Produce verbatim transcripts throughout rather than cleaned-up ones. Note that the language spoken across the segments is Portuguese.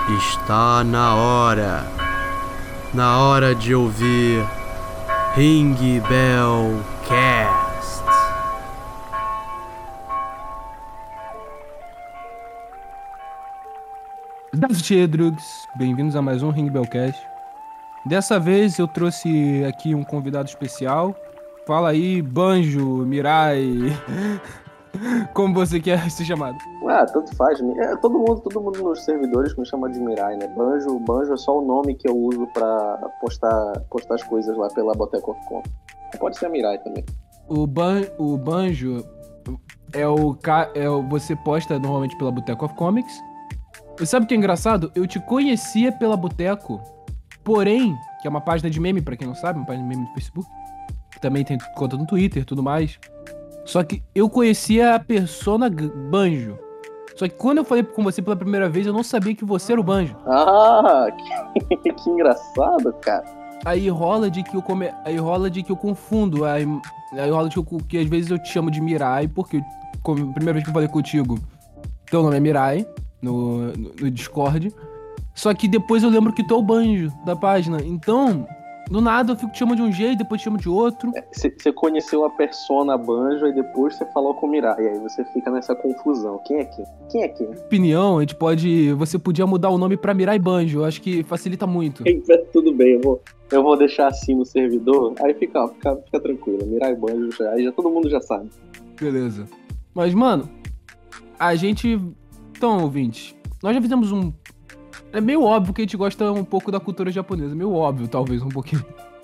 Está na hora, na hora de ouvir Ring Bell Cast. Здравствуйте, drugs! Bem-vindos a mais um Ring Bell Cast. Dessa vez eu trouxe aqui um convidado especial. Fala aí, Banjo, Mirai, como você quer ser chamado? Ah, tanto faz. É, todo mundo, todo mundo nos servidores me chama de Mirai, né? Banjo, Banjo é só o nome que eu uso pra postar, postar as coisas lá pela Boteco of Com. Pode ser a Mirai também. O, ban, o Banjo é o, ca- é o você posta normalmente pela Boteco of Comics. E sabe o que é engraçado? Eu te conhecia pela Boteco, porém, que é uma página de meme, pra quem não sabe, uma página de meme do Facebook, que também tem conta no Twitter e tudo mais. Só que eu conhecia a persona G- Banjo. Só que quando eu falei com você pela primeira vez, eu não sabia que você era o Banjo. Ah, que, que engraçado, cara. Aí rola de que eu come... aí rola de que eu confundo, aí, aí rola de que, eu... que às vezes eu te chamo de Mirai, porque como a primeira vez que eu falei contigo, teu nome é Mirai no, no, no Discord. Só que depois eu lembro que tu é o Banjo da página. Então, do nada eu fico te chamando de um jeito, depois te chamo de outro. Você conheceu a persona Banjo e depois você falou com o Mirai. E aí você fica nessa confusão. Quem é quem? Quem é quem? Opinião, a gente pode. Você podia mudar o nome pra Mirai Banjo. Eu acho que facilita muito. Tudo bem, eu vou, eu vou deixar assim no servidor. Aí fica, ó, fica, fica tranquilo. Mirai Banjo, já, aí já todo mundo já sabe. Beleza. Mas, mano, a gente. Então, ouvinte, nós já fizemos um. É meio óbvio que a gente gosta um pouco da cultura japonesa. Meio óbvio, talvez, um pouquinho.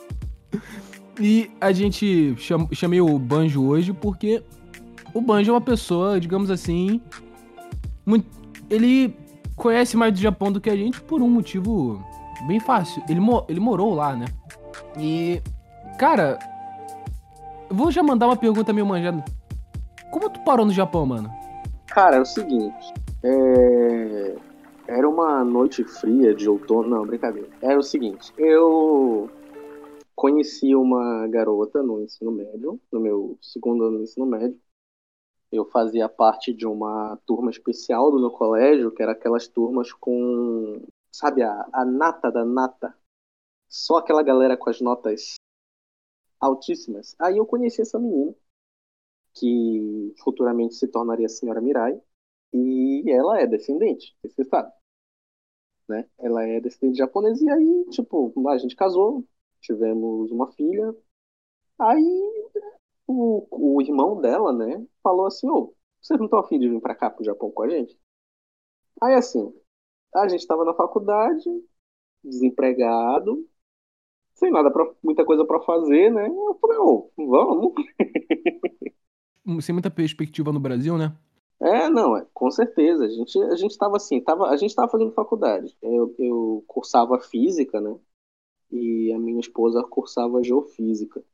E a gente cham... chamei o Banjo hoje porque o Banjo é uma pessoa, digamos assim. Muito... Ele conhece mais do Japão do que a gente por um motivo bem fácil. Ele, mo... ele morou lá, né? E. Cara, eu vou já mandar uma pergunta meio manjada. Como tu parou no Japão, mano? Cara, é o seguinte. É... Era uma noite fria de outono. Não, brincadeira. Era o seguinte. Eu conheci uma garota no ensino médio, no meu segundo ano do ensino médio. Eu fazia parte de uma turma especial do meu colégio, que era aquelas turmas com, sabe, a, a nata da nata. Só aquela galera com as notas altíssimas. Aí eu conheci essa menina, que futuramente se tornaria a senhora Mirai. E ela é descendente, você sabe, né? Ela é descendente japonesa e aí, tipo, a gente casou, tivemos uma filha. Aí o, o irmão dela, né, falou assim, ô, vocês não estão afim de vir pra cá, pro Japão com a gente? Aí assim, a gente tava na faculdade, desempregado, sem nada pra, muita coisa pra fazer, né? Eu falei, ô, vamos. Sem muita perspectiva no Brasil, né? É, não, é, com certeza. A gente, a gente tava assim, tava, a gente tava fazendo faculdade. Eu, eu cursava física, né? E a minha esposa cursava geofísica.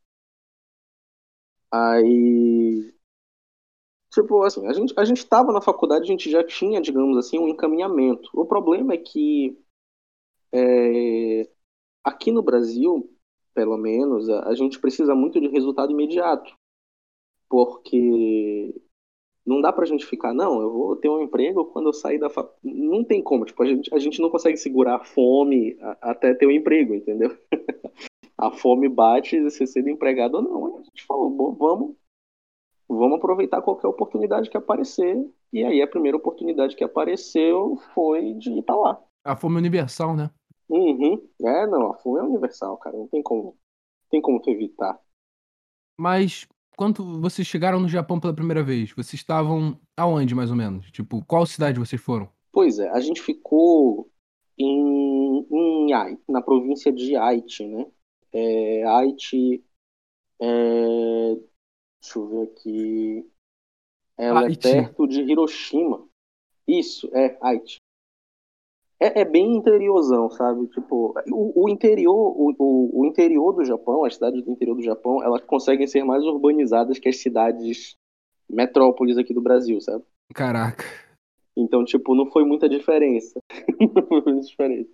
Aí, tipo, assim, a gente, a gente tava na faculdade, a gente já tinha, digamos assim, um encaminhamento. O problema é que é, aqui no Brasil, pelo menos, a, a gente precisa muito de resultado imediato. Porque não dá pra gente ficar, não, eu vou ter um emprego quando eu sair da faculdade. Não tem como, tipo, a gente, a gente não consegue segurar a fome a- até ter um emprego, entendeu? A fome bate e você sendo empregado ou não. Aí a gente falou, bom, vamos, vamos aproveitar qualquer oportunidade que aparecer. E aí a primeira oportunidade que apareceu foi de ir pra lá. A fome universal, né? Uhum. É, não, a fome é universal, cara, não tem como, tem como tu evitar. Mas quando vocês chegaram no Japão pela primeira vez, vocês estavam aonde, mais ou menos? Tipo, qual cidade vocês foram? Pois é, a gente ficou em, em Ai, na província de Aichi, né? É, Aichi, é, deixa eu ver aqui, ela é Haiti. perto de Hiroshima. Isso, é Aichi. É, é bem interiorzão, sabe? Tipo, o, o interior, o, o, o interior do Japão, as cidades do interior do Japão, elas conseguem ser mais urbanizadas que as cidades metrópoles aqui do Brasil, sabe? Caraca. Então, tipo, não foi muita diferença. Não foi muita diferença.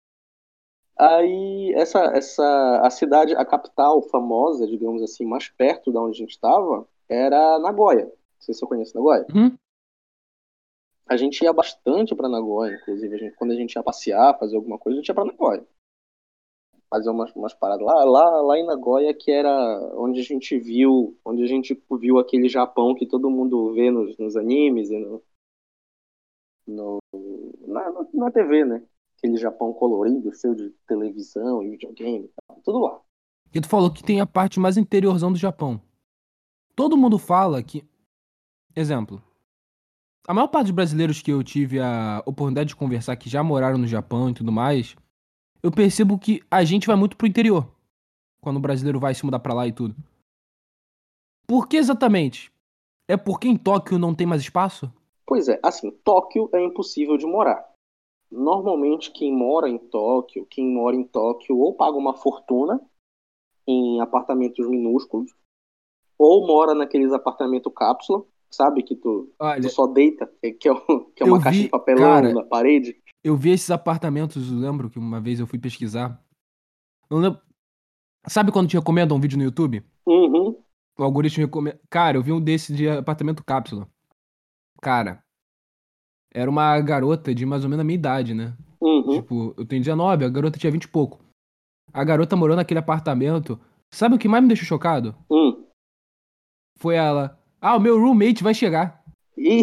Aí, essa, essa, a cidade, a capital famosa, digamos assim, mais perto da onde a gente estava, era Nagoya. Não sei se você conhece Nagoya. Uhum. a gente ia bastante pra Nagoya, inclusive. A gente, quando a gente ia passear, fazer alguma coisa, a gente ia pra Nagoya. Fazer umas, umas paradas lá, lá, lá em Nagoya, que era onde a gente viu, onde a gente viu aquele Japão que todo mundo vê nos, nos animes e no, no, na, na, na T V, né? Aquele Japão colorido, cheio de televisão e videogame, e tal, tudo lá. E tu falou que tem a parte mais interiorzão do Japão. Todo mundo fala que. Exemplo. A maior parte dos brasileiros que eu tive a oportunidade de conversar que já moraram no Japão e tudo mais, eu percebo que a gente vai muito pro interior. Quando o brasileiro vai se mudar pra lá e tudo. Por que exatamente? É porque em Tóquio não tem mais espaço? Pois é, assim, Tóquio é impossível de morar. Normalmente quem mora em Tóquio, quem mora em Tóquio ou paga uma fortuna em apartamentos minúsculos, ou mora naqueles apartamentos cápsula, sabe? Que tu, tu Olha, só deita, que é, que é eu uma caixa de vi, papelão cara, na parede. eu vi esses apartamentos, eu lembro que uma vez eu fui pesquisar. Eu lembro- Sabe quando te recomendam um vídeo no YouTube? Uhum, O algoritmo recomenda. Cara, eu vi um desse de apartamento cápsula. Cara, era uma garota de mais ou menos a minha idade, né? uhum, Tipo, eu tenho dezenove, a garota tinha vinte e pouco. A garota morou naquele apartamento. Sabe o que mais me deixou chocado? uhum. Foi ela. Ah, o meu roommate vai chegar. E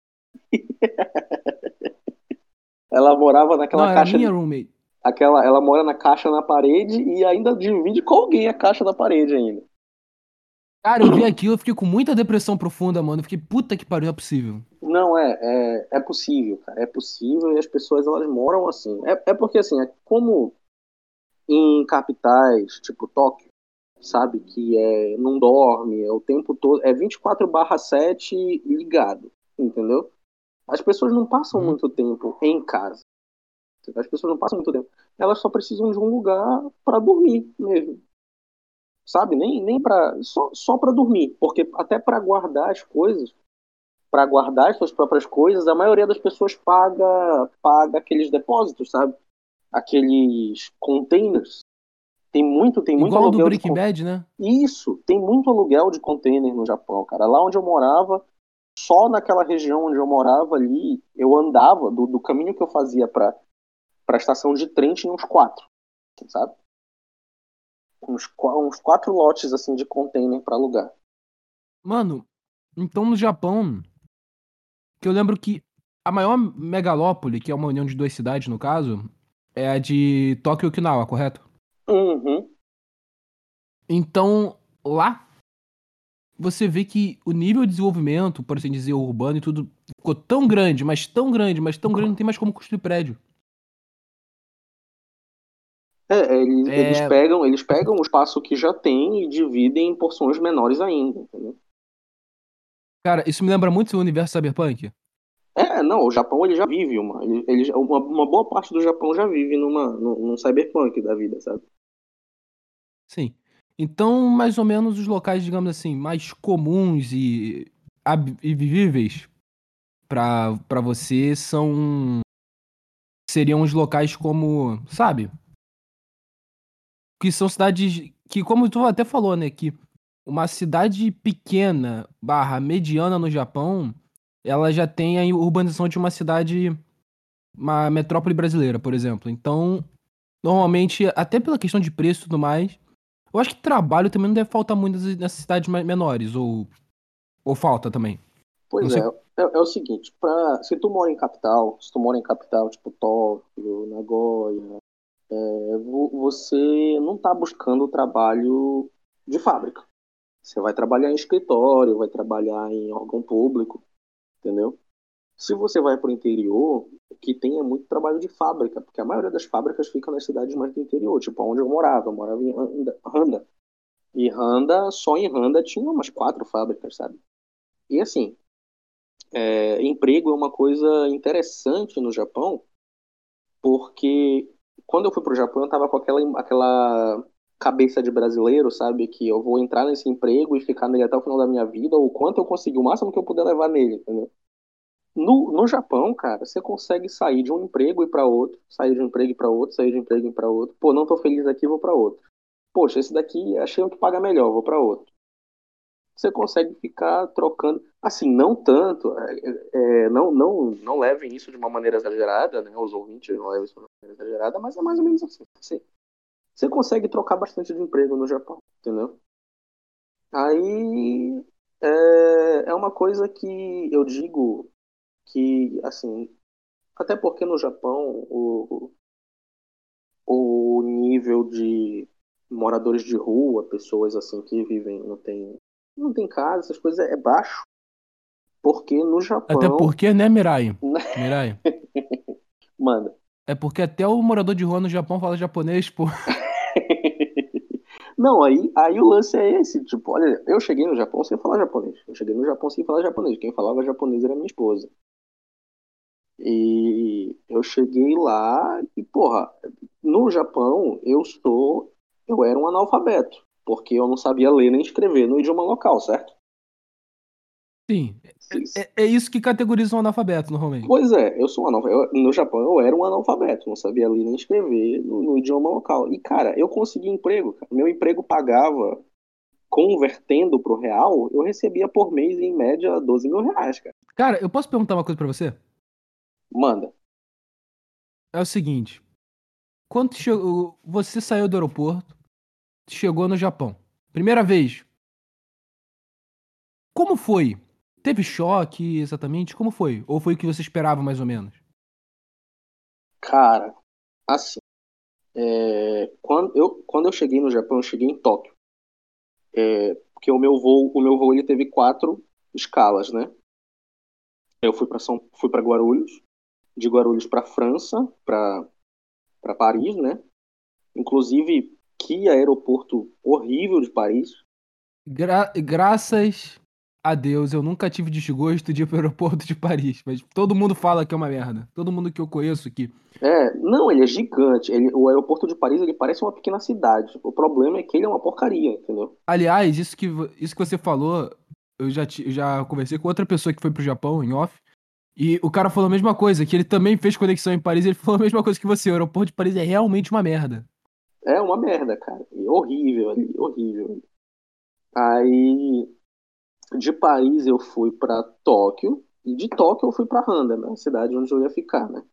ela morava naquela Não, era a caixa, minha roommate. aquela, ela mora na caixa na parede e ainda divide com alguém a caixa da parede ainda. Cara, eu vi aquilo, eu fiquei com muita depressão profunda, mano. Eu fiquei, puta que pariu, não é possível. Não, é, é, é possível, cara, é possível e as pessoas elas moram assim. É, é porque assim, é como em capitais, tipo Tóquio, sabe, que é, não dorme, é o tempo todo, é vinte e quatro barra sete ligado, entendeu? As pessoas não passam Uhum. muito tempo em casa. As pessoas não passam muito tempo. Elas só precisam de um lugar para dormir mesmo. Sabe? Nem, nem para só, só para dormir. Porque até para guardar as coisas, para guardar as suas próprias coisas, a maioria das pessoas paga, paga aqueles depósitos, sabe? Aqueles containers. Tem muito, tem muito Igual o do aluguel de. Breaking Bad, né? Isso, tem muito aluguel de container no Japão, cara. Lá onde eu morava, só naquela região onde eu morava ali, eu andava, do, do caminho que eu fazia para para a estação de trem, tinha uns quatro, sabe? Uns, uns quatro lotes assim de container para alugar. Mano, então no Japão, que eu lembro que a maior megalópole, que é uma união de duas cidades, no caso, é a de Tóquio e Okinawa, correto? Uhum. Então, lá, você vê que o nível de desenvolvimento, por assim dizer, urbano e tudo, ficou tão grande, mas tão grande, mas tão grande, não tem mais como construir prédio. É, é, eles, eles É, pegam, eles pegam o espaço que já tem e dividem em porções menores ainda, entendeu? cara, isso me lembra muito o universo cyberpunk. É, não, o Japão ele já vive uma, ele, ele- uma, uma boa parte do Japão já vive numa, num, num cyberpunk da vida, sabe? Sim. Então, mais ou menos os locais, digamos assim, mais comuns e, hab- e vivíveis pra para você são seriam os locais como, sabe? Que são cidades que, como tu até falou, né, que uma cidade pequena barra mediana no Japão, ela já tem a urbanização de uma cidade, uma metrópole brasileira, por exemplo. Então, normalmente, até pela questão de preço e tudo mais, eu acho que trabalho também não deve faltar muito nessas nessas cidades mais menores, ou, ou falta também. Não Pois é, sei. é, é o seguinte, pra, se tu mora em capital, se tu mora em capital, tipo Tóquio, Nagoya, é, vo- você não tá buscando trabalho de fábrica. Você vai trabalhar em escritório, vai trabalhar em órgão público, entendeu? Se você vai para o interior, o que tem é muito trabalho de fábrica, porque a maioria das fábricas fica nas cidades mais do interior, tipo onde eu morava, eu morava em Randa. Randa. E Randa, só em Randa tinha umas quatro fábricas, sabe? E assim, é, emprego é uma coisa interessante no Japão, porque quando eu fui pro Japão, eu tava com aquela, aquela cabeça de brasileiro, sabe? Que eu vou entrar nesse emprego e ficar nele até o final da minha vida, ou quanto eu conseguir, o máximo que eu puder levar nele, entendeu? No, no Japão, cara, você consegue sair de um emprego e ir para outro, sair de um emprego e ir para outro, sair de um emprego e ir para outro. Pô, não tô feliz aqui, vou para outro. Poxa, esse daqui achei um que paga melhor, vou para outro. Você consegue ficar trocando. Assim, não tanto, é, é, não, não, não levem isso de uma maneira exagerada, né? Os ouvintes não levem isso de uma maneira exagerada, mas é mais ou menos assim. Você, você consegue trocar bastante de emprego no Japão, entendeu? Aí é, é uma coisa que eu digo que, assim, até porque no Japão o, o nível de moradores de rua, pessoas assim que vivem, não tem, não tem casa, essas coisas é baixo, porque no Até Japão, porque, né, Mirai? Mirai. manda. É porque até o morador de rua no Japão fala japonês, pô. Não, aí, aí o lance é esse, tipo, olha, eu cheguei no Japão sem falar japonês. Eu cheguei no Japão sem falar japonês. Quem falava japonês era minha esposa. E eu cheguei lá e, porra, no Japão eu sou, eu era um analfabeto, porque eu não sabia ler nem escrever no idioma local, certo? Sim. Se- É, é isso que categoriza um analfabeto, normalmente. Pois é, eu sou um analfabeto. No Japão eu era um analfabeto, não sabia ler nem escrever no, no idioma local. E, cara, eu consegui emprego, cara. Meu emprego pagava, convertendo pro real, eu recebia por mês, em média, doze mil reais, cara. Cara, eu posso perguntar uma coisa pra você? Manda. É o seguinte. Quando chegou, você saiu do aeroporto, chegou no Japão. Primeira vez. Como foi? Teve choque, exatamente? Como foi? Ou foi o que você esperava, mais ou menos? Cara, assim, é, quando, eu, quando eu cheguei no Japão, eu cheguei em Tóquio. É, porque o meu voo, o meu voo ele teve quatro escalas, né? Eu fui para São, fui para Guarulhos, de Guarulhos para França, para para Paris, né? Inclusive, que aeroporto horrível de Paris. Gra- graças a Deus, eu nunca tive desgosto de ir pro aeroporto de Paris. Mas todo mundo fala que é uma merda. Todo mundo que eu conheço que. É, não, ele é gigante. Ele, o aeroporto de Paris ele parece uma pequena cidade. O problema é que ele é uma porcaria, entendeu? Aliás, isso que, vo- isso que você falou, eu já, ti- eu já conversei com outra pessoa que foi pro Japão, em off. E o cara falou a mesma coisa, que ele também fez conexão em Paris. E ele falou a mesma coisa que você. O aeroporto de Paris é realmente uma merda. É uma merda, cara. E horrível ali, horrível. Aí, de Paris eu fui para Tóquio. E de Tóquio eu fui para Handa, né? A cidade onde eu ia ficar, né?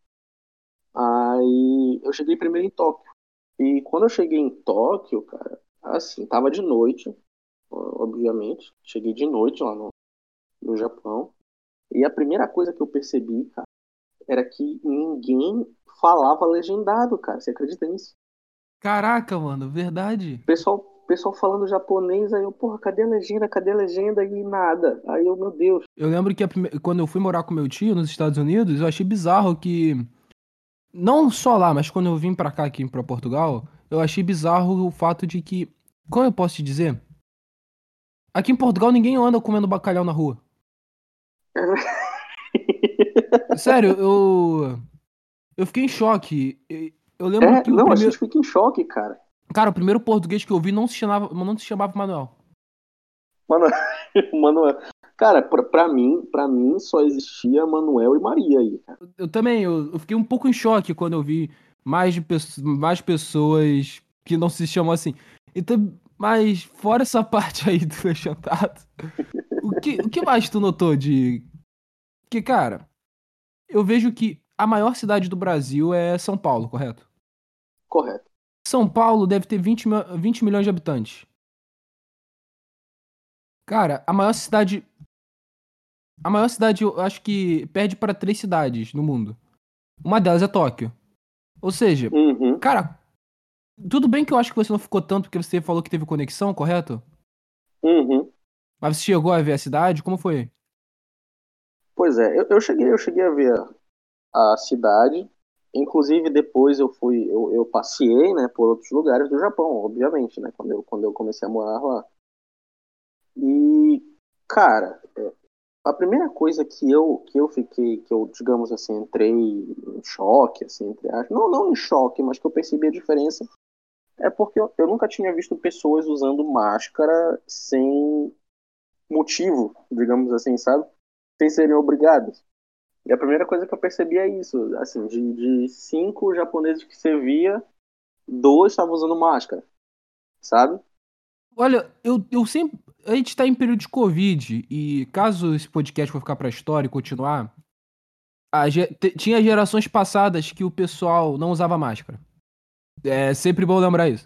Aí eu cheguei primeiro em Tóquio. E quando eu cheguei em Tóquio, cara, assim, tava de noite, ó, obviamente. Cheguei de noite lá no, no Japão. E a primeira coisa que eu percebi, cara, era que ninguém falava legendado, cara. Você acredita nisso? Caraca, mano, verdade. O pessoal, pessoal falando japonês, aí eu, porra, cadê a legenda? Cadê a legenda? E nada. Aí eu, meu Deus. Eu lembro que a prime- quando eu fui morar com meu tio nos Estados Unidos, eu achei bizarro que. Não só lá, mas quando eu vim pra cá, aqui pra Portugal, eu achei bizarro o fato de que. Como eu posso te dizer? Aqui em Portugal ninguém anda comendo bacalhau na rua. Sério, eu. Eu fiquei em choque. E- Eu lembro É, que o não, a gente primeiro. fica em choque, cara. Cara, o primeiro português que eu vi não se chamava, não se chamava Manuel. Mano, Manuel. Cara, pra, pra mim, pra mim só existia Manuel e Maria aí, cara. Eu também, eu, eu fiquei um pouco em choque quando eu vi mais, de, pesso- mais pessoas que não se chamam assim. Então, mas fora essa parte aí do legendado, o que, o que mais tu notou de. Que, cara, eu vejo que a maior cidade do Brasil é São Paulo, correto? Correto. São Paulo deve ter vinte mi- vinte milhões de habitantes. Cara, a maior cidade. A maior cidade, eu acho que perde para três cidades no mundo. Uma delas é Tóquio. Ou seja, Uhum, cara, tudo bem que eu acho que você não ficou tanto porque você falou que teve conexão, correto? uhum. Mas você chegou a ver a cidade? Como foi? Pois é, eu, eu cheguei, eu cheguei a ver a cidade. Inclusive, depois eu fui, eu, eu passei, né, por outros lugares do Japão, obviamente, né, quando eu, quando eu comecei a morar lá. E, cara, a primeira coisa que eu, que eu fiquei, que eu, digamos assim, entrei em choque, assim, entre aspas, não, não em choque, mas que eu percebi a diferença, é porque eu, eu nunca tinha visto pessoas usando máscara sem motivo, digamos assim, sabe? Sem serem obrigadas. E a primeira coisa que eu percebi é isso, assim, de, de cinco japoneses que você via, dois estavam usando máscara, sabe? Olha, eu, eu sempre. A gente tá em período de Covid e caso esse podcast for ficar pra história e continuar, a ge- te- tinha gerações passadas que o pessoal não usava máscara. É sempre bom lembrar isso.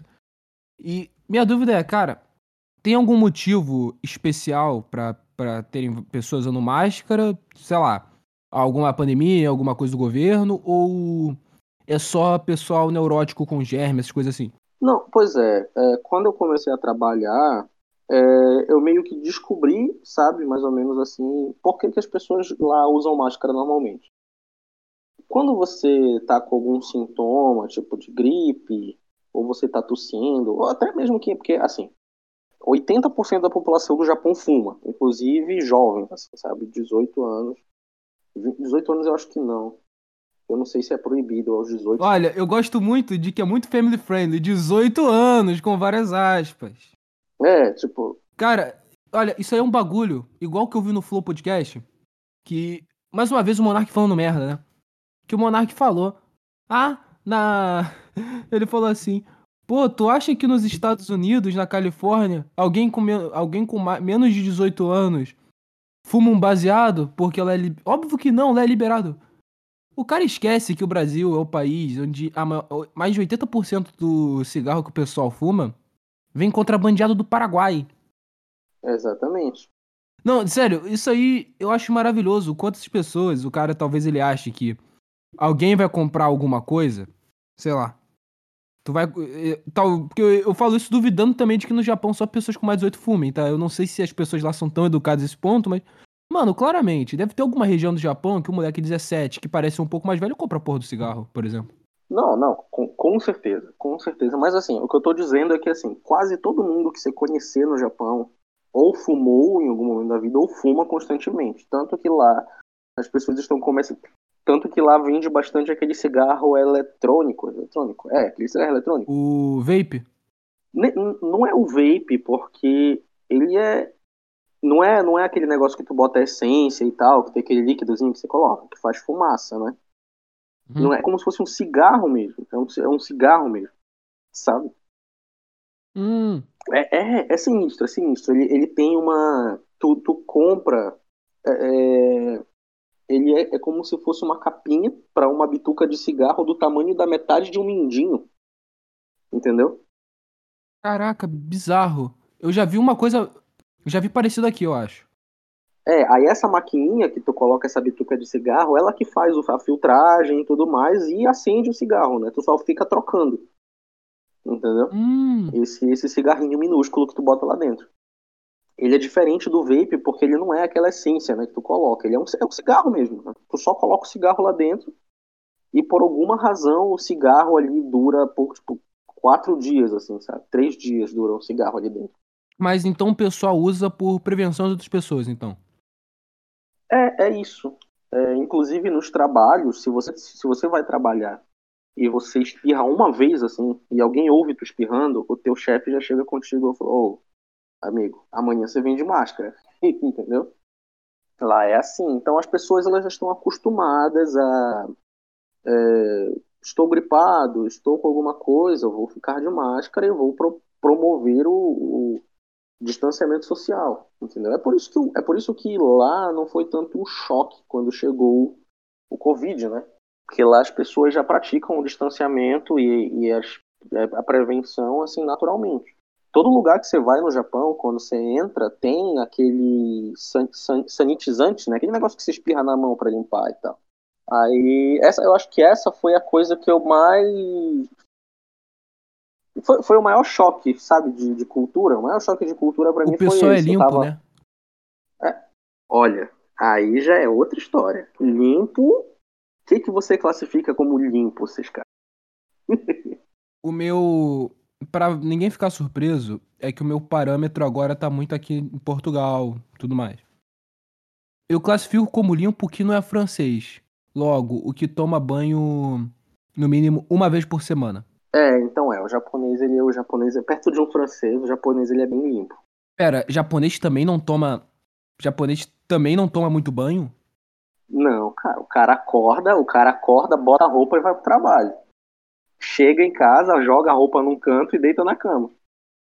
E minha dúvida é, cara, tem algum motivo especial pra, pra terem pessoas usando máscara? Sei lá, alguma pandemia, alguma coisa do governo? Ou é só pessoal neurótico com germes, essas coisas assim? Não, pois é, é, quando eu comecei a trabalhar, é, eu meio que descobri, sabe, mais ou menos assim, por que que as pessoas lá usam máscara normalmente. Quando você tá com algum sintoma, tipo de gripe, ou você tá tossindo, ou até mesmo que, porque assim, oitenta por cento da população do Japão fuma, inclusive jovens, assim, sabe, dezoito anos. dezoito anos eu acho que não. Eu não sei se é proibido aos dezoito. Olha, eu gosto muito de que é muito family friendly, dezoito anos, com várias aspas. É, tipo, Cara, olha, isso aí é um bagulho, igual que eu vi no Flow Podcast, que, mais uma vez, o Monark falando merda, né? Que o Monark falou, ah, na... Ele falou assim, pô, tu acha que nos Estados Unidos, na Califórnia, alguém com, men- alguém com ma- menos de dezoito anos fuma um baseado porque ela é... li- Óbvio que não, ela é liberado. O cara esquece que o Brasil é o país onde a ma- mais de oitenta por cento do cigarro que o pessoal fuma vem contrabandeado do Paraguai. exatamente. Não, sério, isso aí eu acho maravilhoso. Quantas pessoas o cara talvez ele ache que alguém vai comprar alguma coisa, sei lá. Tu vai. eh, Tal, porque eu, eu falo isso duvidando também de que no Japão só pessoas com mais de dezoito fumem, tá? Eu não sei se as pessoas lá são tão educadas nesse ponto, mas. Mano, claramente, deve ter alguma região do Japão que o moleque dezessete, que parece um pouco mais velho, compra a porra do cigarro, por exemplo. Não, não, com, com certeza, com certeza. Mas assim, o que eu tô dizendo é que assim, quase todo mundo que você conhecer no Japão ou fumou em algum momento da vida ou fuma constantemente. Tanto que lá as pessoas estão começando. Tanto que lá vende bastante aquele cigarro eletrônico. Eletrônico? É, aquele cigarro eletrônico. O vape? Ne- Não é o vape, porque ele é. Não é, não é aquele negócio que tu bota a essência e tal, que tem aquele líquidozinho que você coloca, que faz fumaça, né? Não Uhum. é como se fosse um cigarro mesmo. É um, é um cigarro mesmo, sabe? Hum. É, é, é sinistro, é sinistro. Ele, ele tem uma. Tu, tu compra. é, é, ele é, é como se fosse uma capinha para uma bituca de cigarro do tamanho da metade de um mindinho. Entendeu? Caraca, bizarro. Eu já vi uma coisa. Eu já vi parecido aqui, eu acho. É, aí essa maquininha que tu coloca essa bituca de cigarro, ela que faz o- a filtragem e tudo mais e acende o cigarro, né? Tu só fica trocando, entendeu? Hum. Esse, esse cigarrinho minúsculo que tu bota lá dentro. Ele é diferente do vape porque ele não é aquela essência, né, que tu coloca. Ele é um, é um cigarro mesmo, né? Tu só coloca o cigarro lá dentro e por alguma razão o cigarro ali dura por, tipo, quatro dias, assim, sabe? Três dias dura um cigarro ali dentro. Mas então o pessoal usa por prevenção de outras pessoas, então. É, é isso. É, inclusive nos trabalhos, se você, se você vai trabalhar e você espirra uma vez, assim, e alguém ouve tu espirrando, o teu chefe já chega contigo e fala, ô, amigo, amanhã você vem de máscara. Entendeu? Lá é assim. Então as pessoas elas já estão acostumadas a é, estou gripado, estou com alguma coisa, eu vou ficar de máscara e vou pro, promover o, o distanciamento social, entendeu? É por isso que é por isso que lá não foi tanto um choque quando chegou o Covid, né? Porque lá as pessoas já praticam o distanciamento e, e as, a prevenção assim naturalmente. Todo lugar que você vai no Japão, quando você entra, tem aquele san, san, sanitizante, né? Aquele negócio que você espirra na mão para limpar e tal. Aí, essa, eu acho que essa foi a coisa que eu mais. Foi, foi o maior choque, sabe, de, de cultura. O maior choque de cultura para O mim foi pessoal é esse. Eu limpo, tava. né? É, olha, aí já é outra história. Limpo. O que, que você classifica como limpo, esses caras? O meu. Pra ninguém ficar surpreso, é que o meu parâmetro agora tá muito aqui em Portugal, tudo mais. Eu classifico como limpo porque não é francês. Logo, o que toma banho no mínimo uma vez por semana. É, então é. O japonês, ele é o japonês. É perto de um francês, o japonês ele é bem limpo. Pera, japonês também não toma. Japonês também não toma muito banho? Não, cara. O cara acorda, o cara acorda, bota a roupa e vai pro trabalho. Chega em casa, joga a roupa num canto e deita na cama.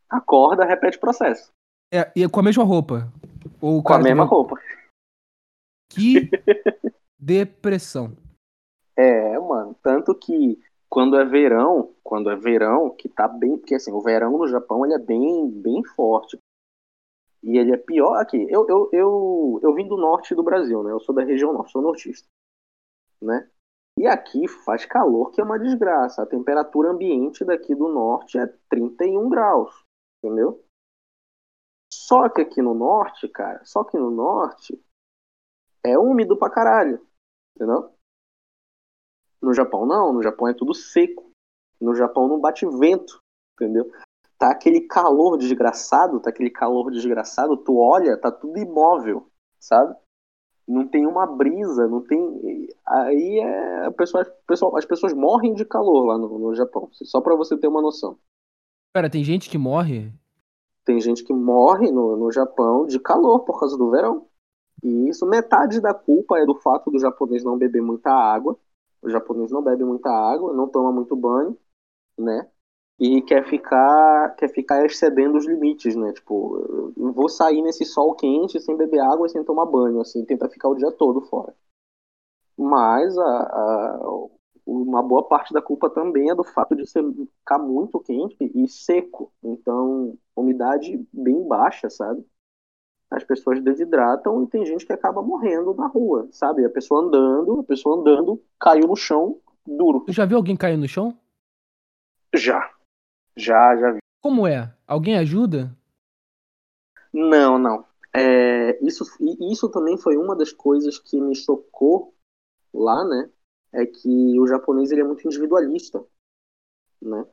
Acorda, repete o processo. É, e é com a mesma roupa. Ou o Com a cara mesma também... roupa. Que depressão. É, mano. Tanto que quando é verão, quando é verão, que tá bem. Porque assim, o verão no Japão ele é bem, bem forte. E ele é pior aqui. Eu, eu, eu, eu vim do norte do Brasil, né? Eu sou da região norte, sou nortista, né? E aqui faz calor que é uma desgraça. A temperatura ambiente daqui do norte é trinta e um graus, entendeu? Só que aqui no norte, cara, só que no norte é úmido pra caralho, entendeu? No Japão não, no Japão é tudo seco. No Japão não bate vento, entendeu? Tá aquele calor desgraçado, tá aquele calor desgraçado, tu olha, tá tudo imóvel, sabe? Não tem uma brisa, não tem. Aí é. A pessoa, pessoal, as pessoas morrem de calor lá no, no Japão, só pra você ter uma noção. Cara, tem gente que morre. Tem gente que morre no, no Japão de calor por causa do verão. E isso, metade da culpa é do fato do japonês não beber muita água. O japonês não bebe muita água, não toma muito banho, né? E quer ficar, quer ficar excedendo os limites, né? Tipo, eu vou sair nesse sol quente sem beber água e sem tomar banho, assim, tenta ficar o dia todo fora. Mas a, a- uma boa parte da culpa também é do fato de ser, ficar muito quente e seco. Então, umidade bem baixa, sabe? As pessoas desidratam e tem gente que acaba morrendo na rua, sabe? A pessoa andando, a pessoa andando, caiu no chão, duro. Tu já viu alguém cair no chão? Já, já, já vi. Como é? Alguém ajuda? Não, não. É, isso, e isso também foi uma das coisas que me chocou lá, né? É que o japonês ele é muito individualista, né?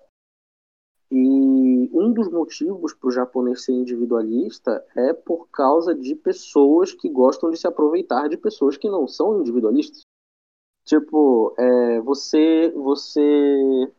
E um dos motivos para o japonês ser individualista é por causa de pessoas que gostam de se aproveitar de pessoas que não são individualistas. Tipo, é, você, você,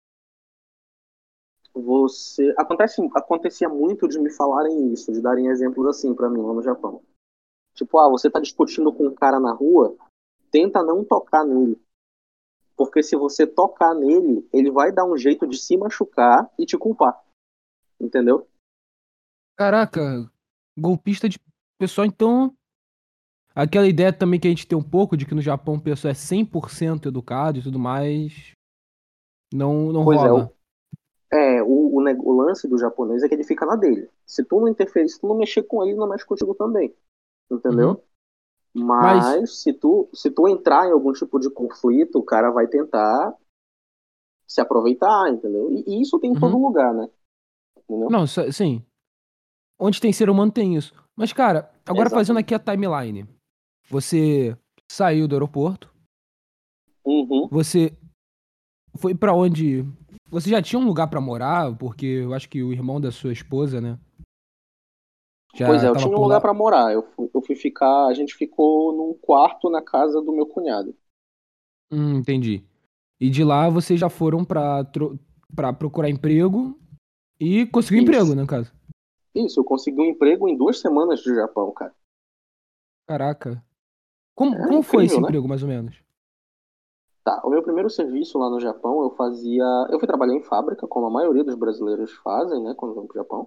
você, acontece, acontecia muito de me falarem isso, de darem exemplos assim para mim lá no Japão. Tipo, ah, você tá discutindo com um cara na rua, tenta não tocar nele. Porque se você tocar nele, ele vai dar um jeito de se machucar e te culpar. Entendeu? Caraca, golpista de pessoal, então. Aquela ideia também que a gente tem um pouco de que no Japão o pessoal é cem por cento educado e tudo mais, não, não Pois é, rola. o, é o, o, ne- o lance do japonês é que ele fica na dele. Se tu não interferir, se tu não mexer com ele, ele não mexe contigo também. Uhum. Entendeu? Mas, Mas se tu, se tu entrar em algum tipo de conflito, o cara vai tentar se aproveitar, entendeu? E, e isso tem em todo uhum. lugar, né? Entendeu? Não, sa- sim. Onde tem ser humano tem isso. Mas, cara, agora fazendo Exatamente. aqui a timeline. Você saiu do aeroporto, Uhum. você foi pra onde? Você já tinha um lugar pra morar? Porque eu acho que o irmão da sua esposa, né, Pois já é, eu tava tinha um por lugar lá. pra morar. Eu fui, eu fui ficar. A gente ficou num quarto na casa do meu cunhado. Hum, entendi. E de lá vocês já foram pra, tro- pra procurar emprego e conseguiu emprego, Isso. né, no caso. Isso, eu consegui um emprego em duas semanas do Japão, cara. Caraca. Como, É como foi esse incrível, né? emprego, mais ou menos? Tá, o meu primeiro serviço lá no Japão, eu fazia. Eu fui trabalhar em fábrica, como a maioria dos brasileiros fazem, né, quando vão pro Japão.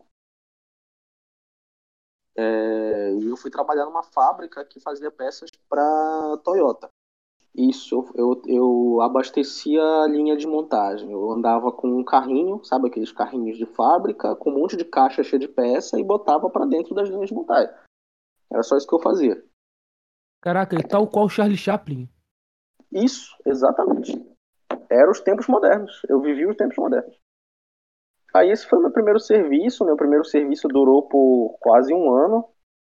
É, e eu fui trabalhar numa fábrica que fazia peças para Toyota. Isso, eu, eu abastecia a linha de montagem. Eu andava com um carrinho, sabe aqueles carrinhos de fábrica, com um monte de caixa cheia de peça e botava para dentro das linhas de montagem. Era só isso que eu fazia. Caraca, e tal qual Charlie Chaplin. Isso, exatamente. Eram os tempos modernos. Eu vivi os tempos modernos. Aí esse foi o meu primeiro serviço. Meu primeiro serviço durou por quase um ano.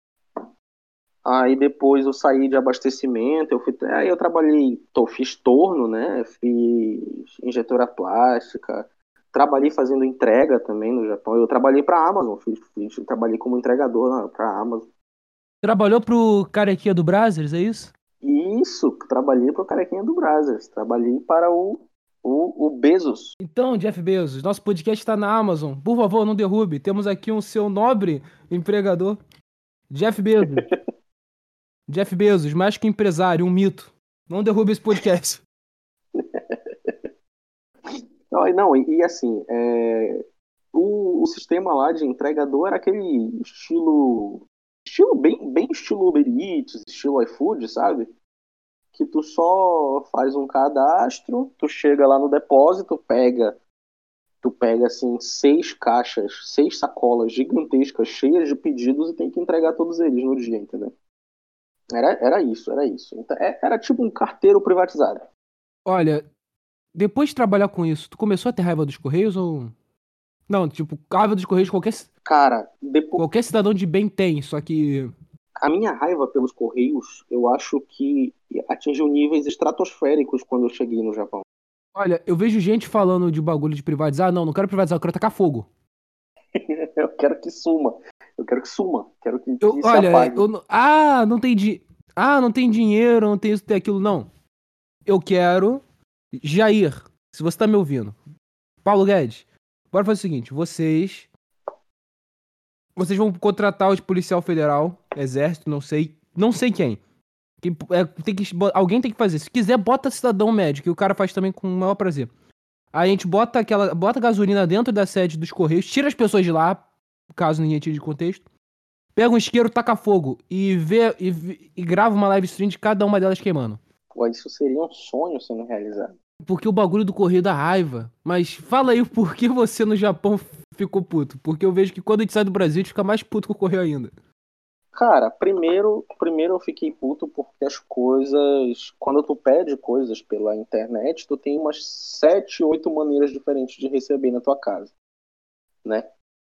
Aí depois eu saí de abastecimento, eu fui, aí eu trabalhei, tô, fiz torno, né? Fiz injetora plástica, trabalhei fazendo entrega também no Japão. Eu trabalhei para a Amazon, fiz, fiz, trabalhei como entregador para a Amazon. Trabalhou pro carequinha do Brazzers, é isso? E isso, trabalhei para o carequinha do Brazzers, trabalhei para o, o, o Bezos. Então, Jeff Bezos, nosso podcast está na Amazon. Por favor, não derrube. Temos aqui um seu nobre empregador. Jeff Bezos. Jeff Bezos, mais que empresário, um mito. Não derrube esse podcast. Não, e- não, e, e assim, é, o, o sistema lá de entregador era aquele estilo. Estilo bem, bem estilo Uber Eats, estilo iFood, sabe? Que tu só faz um cadastro, tu chega lá no depósito, pega. Tu pega, assim, seis caixas, seis sacolas gigantescas, cheias de pedidos e tem que entregar todos eles no dia, entendeu? Era, era isso, era isso. Então, é- era tipo um carteiro privatizado. Olha, depois de trabalhar com isso, tu começou a ter raiva dos Correios ou... Não, tipo, raiva dos Correios qualquer, Cara, depois, qualquer cidadão de bem tem, só que... a minha raiva pelos Correios, eu acho que atingiu níveis estratosféricos quando eu cheguei no Japão. Olha, eu vejo gente falando de bagulho de privatizar. Não, não quero privatizar, eu quero tacar fogo. Eu quero que suma. Eu quero que suma. Quero que, Eu, que se olha, apague. eu, não- ah, não tem di... ah, não tem dinheiro, não tem isso, tem aquilo. Não. Eu quero... Jair, se você tá me ouvindo. Paulo Guedes, bora fazer o seguinte. Vocês... Vocês vão contratar os policial federal, exército, não sei. Não sei quem. Quem- é, tem que, alguém tem que fazer. Se quiser, bota cidadão médio, que o cara faz também com o maior prazer. Aí a gente bota aquela. Bota gasolina dentro da sede dos Correios, tira as pessoas de lá, caso ninguém tire de contexto. Pega um isqueiro, taca fogo e vê e, vê- e grava uma live stream de cada uma delas queimando. Pô, isso seria um sonho sendo realizado. Porque o bagulho do Correio dá raiva. Mas fala aí por que você no Japão ficou puto. Porque eu vejo que quando a gente sai do Brasil, a gente fica mais puto com o Correio ainda. Cara, primeiro, primeiro eu fiquei puto porque as coisas. Quando tu pede coisas pela internet, tu tem umas sete, oito maneiras diferentes de receber na tua casa, né?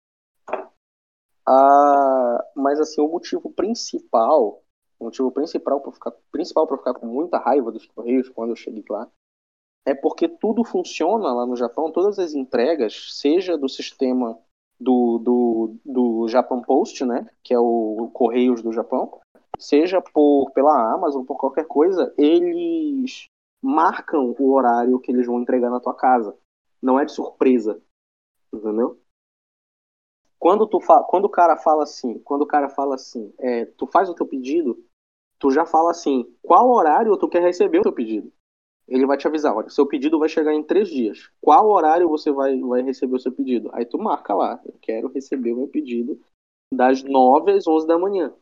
Ah, mas assim, o motivo principal, o motivo principal para ficar, principal para ficar com muita raiva dos Correios quando eu cheguei lá, é porque tudo funciona lá no Japão, todas as entregas, seja do sistema do, do, do Japan Post, né, que é o Correios do Japão, seja por, pela Amazon, por qualquer coisa, eles marcam o horário que eles vão entregar na tua casa. Não é de surpresa, entendeu? Quando, tu fa... quando o cara fala assim, quando o cara fala assim, é, tu faz o teu pedido, tu já fala assim, qual horário tu quer receber o teu pedido? Ele vai te avisar, olha, seu pedido vai chegar em três dias. Qual horário você vai, vai receber o seu pedido? Aí tu marca lá, eu quero receber o meu pedido das nove às onze da manhã.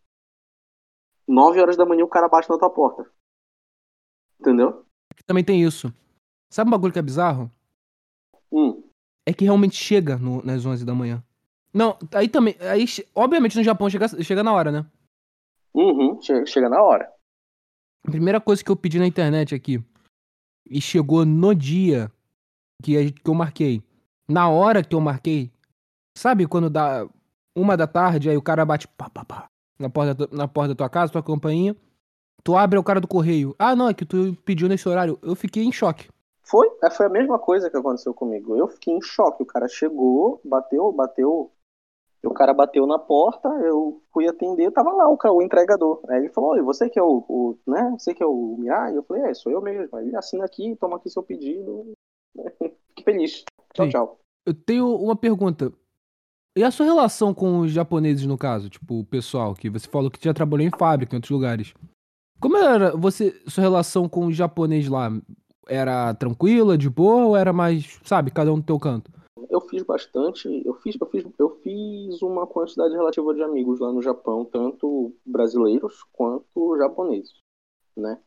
Nove horas da manhã o cara bate na tua porta. Entendeu? Também tem isso. Sabe um bagulho que é bizarro? Hum. É que realmente chega no- nas onze da manhã. Não, aí também. Aí, che- obviamente no Japão chega, chega na hora, né? Uhum, chega, chega na hora. A primeira coisa que eu pedi na internet aqui. E chegou no dia que, a gente- que eu marquei. Na hora que eu marquei. Sabe quando dá uma da tarde, aí o cara bate pá, pá, pá, na, porta, da tu- na porta da tua casa, tua campainha. Tu abre é o cara do correio. Ah, não, é que tu pediu nesse horário. Eu fiquei em choque. Foi, é, foi a mesma coisa que aconteceu comigo. Eu fiquei em choque. O cara chegou, bateu, bateu. O cara bateu na porta, eu fui atender, tava lá o, ca- o entregador. Aí ele falou, oi, você que é o, o, né? Você que é o Mirai? Eu falei, é, sou eu mesmo. Aí ele assina aqui, toma aqui seu pedido. Fique feliz. Tchau, Sim. tchau. Eu tenho uma pergunta. E a sua relação com os japoneses, no caso? Tipo, o pessoal, que você falou que já trabalhou em fábrica, em outros lugares. Como era você, sua relação com os japoneses lá? Era tranquila, de boa, ou era mais, sabe, cada um no teu canto? Eu fiz bastante, eu fiz, eu fiz, eu fiz uma quantidade relativa de amigos lá no Japão, tanto brasileiros quanto japoneses, né?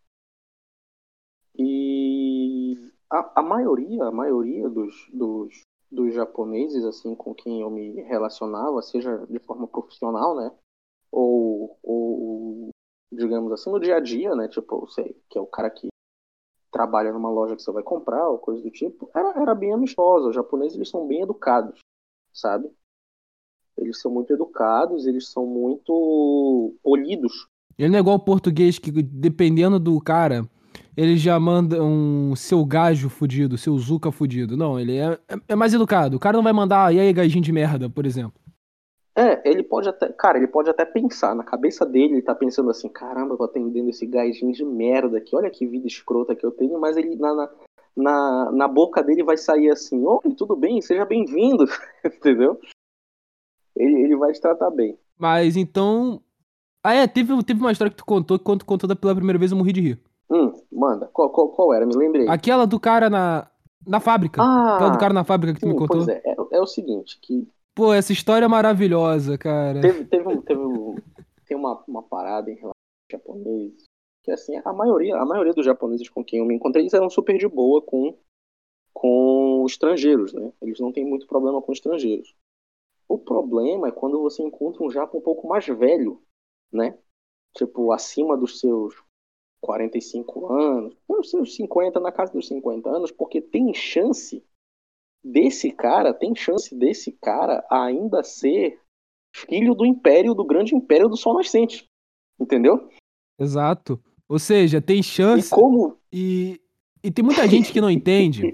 E a, a maioria, a maioria dos, dos, dos japoneses, assim, com quem eu me relacionava, seja de forma profissional, né? Ou, ou digamos assim, no dia a dia, né? Tipo, eu sei, que é o cara que trabalha numa loja que você vai comprar, ou coisa do tipo, era, era bem amistosa. Os japoneses, eles são bem educados, sabe? Eles são muito educados, eles são muito polidos. Ele não é igual o português que, dependendo do cara, ele já manda um seu gajo fudido, seu zuca fudido. Não, ele é, é, é mais educado. O cara não vai mandar, e aí, gajinho de merda, por exemplo. É, ele pode até, cara, ele pode até pensar, na cabeça dele, ele tá pensando assim, caramba, eu tô atendendo esse gajinho de merda aqui, olha que vida escrota que eu tenho, mas ele, na, na, na, na boca dele vai sair assim, oi, tudo bem, seja bem-vindo, entendeu? Ele, ele vai te tratar bem. Mas então. Ah, é, teve, teve uma história que tu contou, que quando tu contou pela primeira vez eu morri de rir. Hum, manda, qual, qual, qual era? Me lembrei. Aquela do cara na. Na fábrica. Aquela do Ah, cara na fábrica que tu me sim, pois contou. é. É, é o seguinte, que Pô, essa história é maravilhosa, cara. teve, teve, um, teve um, tem uma, uma parada em relação aos japoneses, que assim, a maioria, a maioria dos japoneses com quem eu me encontrei, eles eram super de boa com, com estrangeiros, né? Eles não têm muito problema com estrangeiros. O problema é quando você encontra um japa um pouco mais velho, né? Tipo, acima dos seus quarenta e cinco anos, nos seus cinquenta, na casa dos cinquenta anos, porque tem chance desse cara, tem chance desse cara ainda ser filho do império, do grande império do Sol Nascente. Entendeu? Exato. Ou seja, tem E chance como. e, e tem muita gente que não entende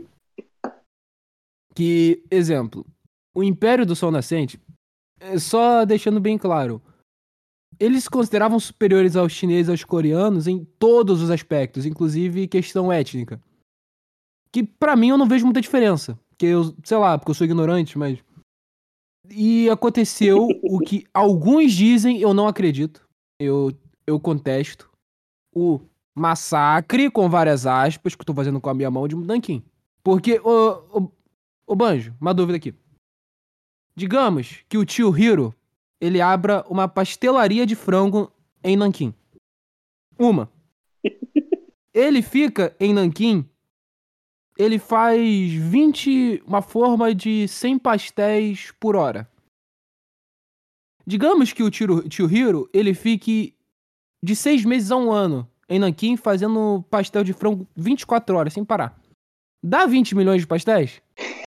que, exemplo, o Império do Sol Nascente, é só deixando bem claro, eles se consideravam superiores aos chineses e aos coreanos em todos os aspectos, inclusive questão étnica. Que pra mim eu não vejo muita diferença. Que eu, sei lá, porque eu sou ignorante, mas. E aconteceu o que alguns dizem, eu não acredito. Eu, eu contesto. O massacre, com várias aspas, que eu tô fazendo com a minha mão de Nanquim. Porque, ô, ô, ô Banjo, uma dúvida aqui. Digamos que o tio Hiro, ele abra uma pastelaria de frango em Nanquim. Uma. Ele fica em Nanquim, ele faz vinte, uma forma de cem pastéis por hora. Digamos que o tio, tio Hiro, ele fique de seis meses a um ano em Nanquim fazendo pastel de frango vinte e quatro horas, sem parar. Dá vinte milhões de pastéis?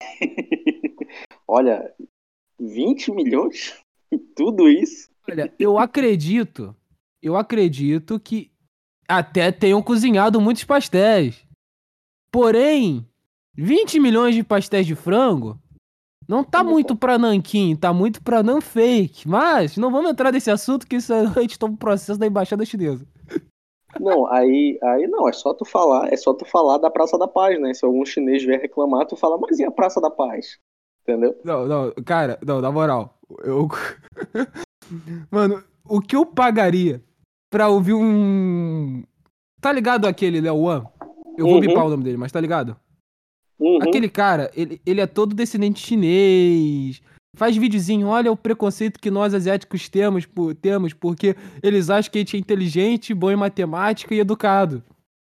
Olha, vinte milhões? Tudo isso? Olha, eu acredito, eu acredito que até tenham cozinhado muitos pastéis. Porém, vinte milhões de pastéis de frango não tá muito pra Nanquim, tá muito pra Nanfake. Mas não vamos entrar nesse assunto que isso a gente toma um processo da embaixada chinesa. Não, aí, aí não, é só tu falar, é só tu falar da Praça da Paz, né? Se algum chinês vier reclamar, tu fala, mas e a Praça da Paz? Entendeu? Não, não, cara, não, na moral, eu. Mano, o que eu pagaria pra ouvir um. Tá ligado aquele Léo Wan? Eu vou bipar o Uhum, nome dele, mas tá ligado? uhum. Aquele cara, ele, ele é todo descendente chinês. Faz videozinho, olha o preconceito que nós asiáticos temos, por, temos porque eles acham que a gente é inteligente, bom em matemática e educado.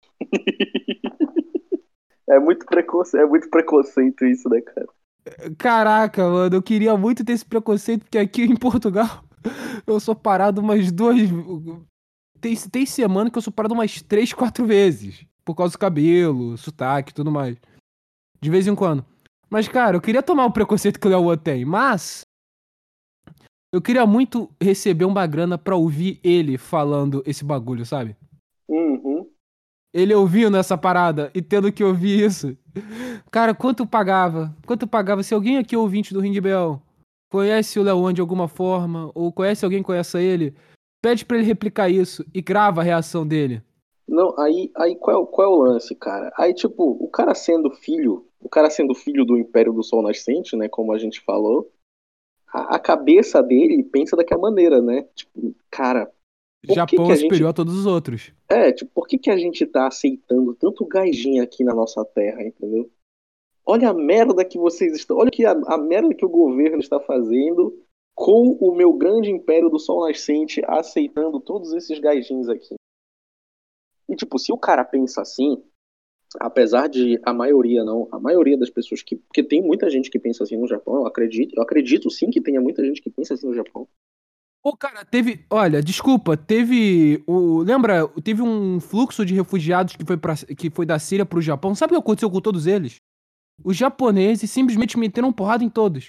É muito preconceito, é muito preconceito isso, né, cara? Caraca, mano, eu queria muito ter esse preconceito, porque aqui em Portugal eu sou parado umas duas. Tem, tem semana que eu sou parado umas três, quatro vezes. Por causa do cabelo, sotaque e tudo mais. De vez em quando. Mas, cara, eu queria tomar o preconceito que o Léo tem, mas eu queria muito receber uma grana pra ouvir ele falando esse bagulho, sabe? Uhum. Ele ouvindo essa parada e tendo que ouvir isso. Cara, quanto eu pagava? Quanto eu pagava? Se alguém aqui, ouvinte do Ring Bell, conhece o Leon de alguma forma, ou conhece alguém que conheça ele, pede pra ele replicar isso e grava a reação dele. Não, aí, aí qual, é, o- qual é o lance, cara? Aí, tipo, o cara sendo filho, o cara sendo filho do Império do Sol Nascente, né, como a gente falou, a, a cabeça dele pensa daquela maneira, né? Tipo, cara, por que Japão que é a superior gente. a todos os outros. É, tipo, por que que a gente tá aceitando tanto gajinho aqui na nossa terra, entendeu? Olha a merda que vocês estão. Olha que a, a merda que o governo está fazendo com o meu grande império do Sol Nascente aceitando todos esses gajinhos aqui. E, tipo, se o cara pensa assim, apesar de a maioria não, a maioria das pessoas que. Porque tem muita gente que pensa assim no Japão, eu acredito, eu acredito sim que tenha muita gente que pensa assim no Japão. Pô, cara, teve. Olha, desculpa, teve. O, lembra? Teve um fluxo de refugiados que foi, pra, que foi da Síria pro Japão. Sabe o que aconteceu com todos eles? Os japoneses simplesmente meteram porrada em todos.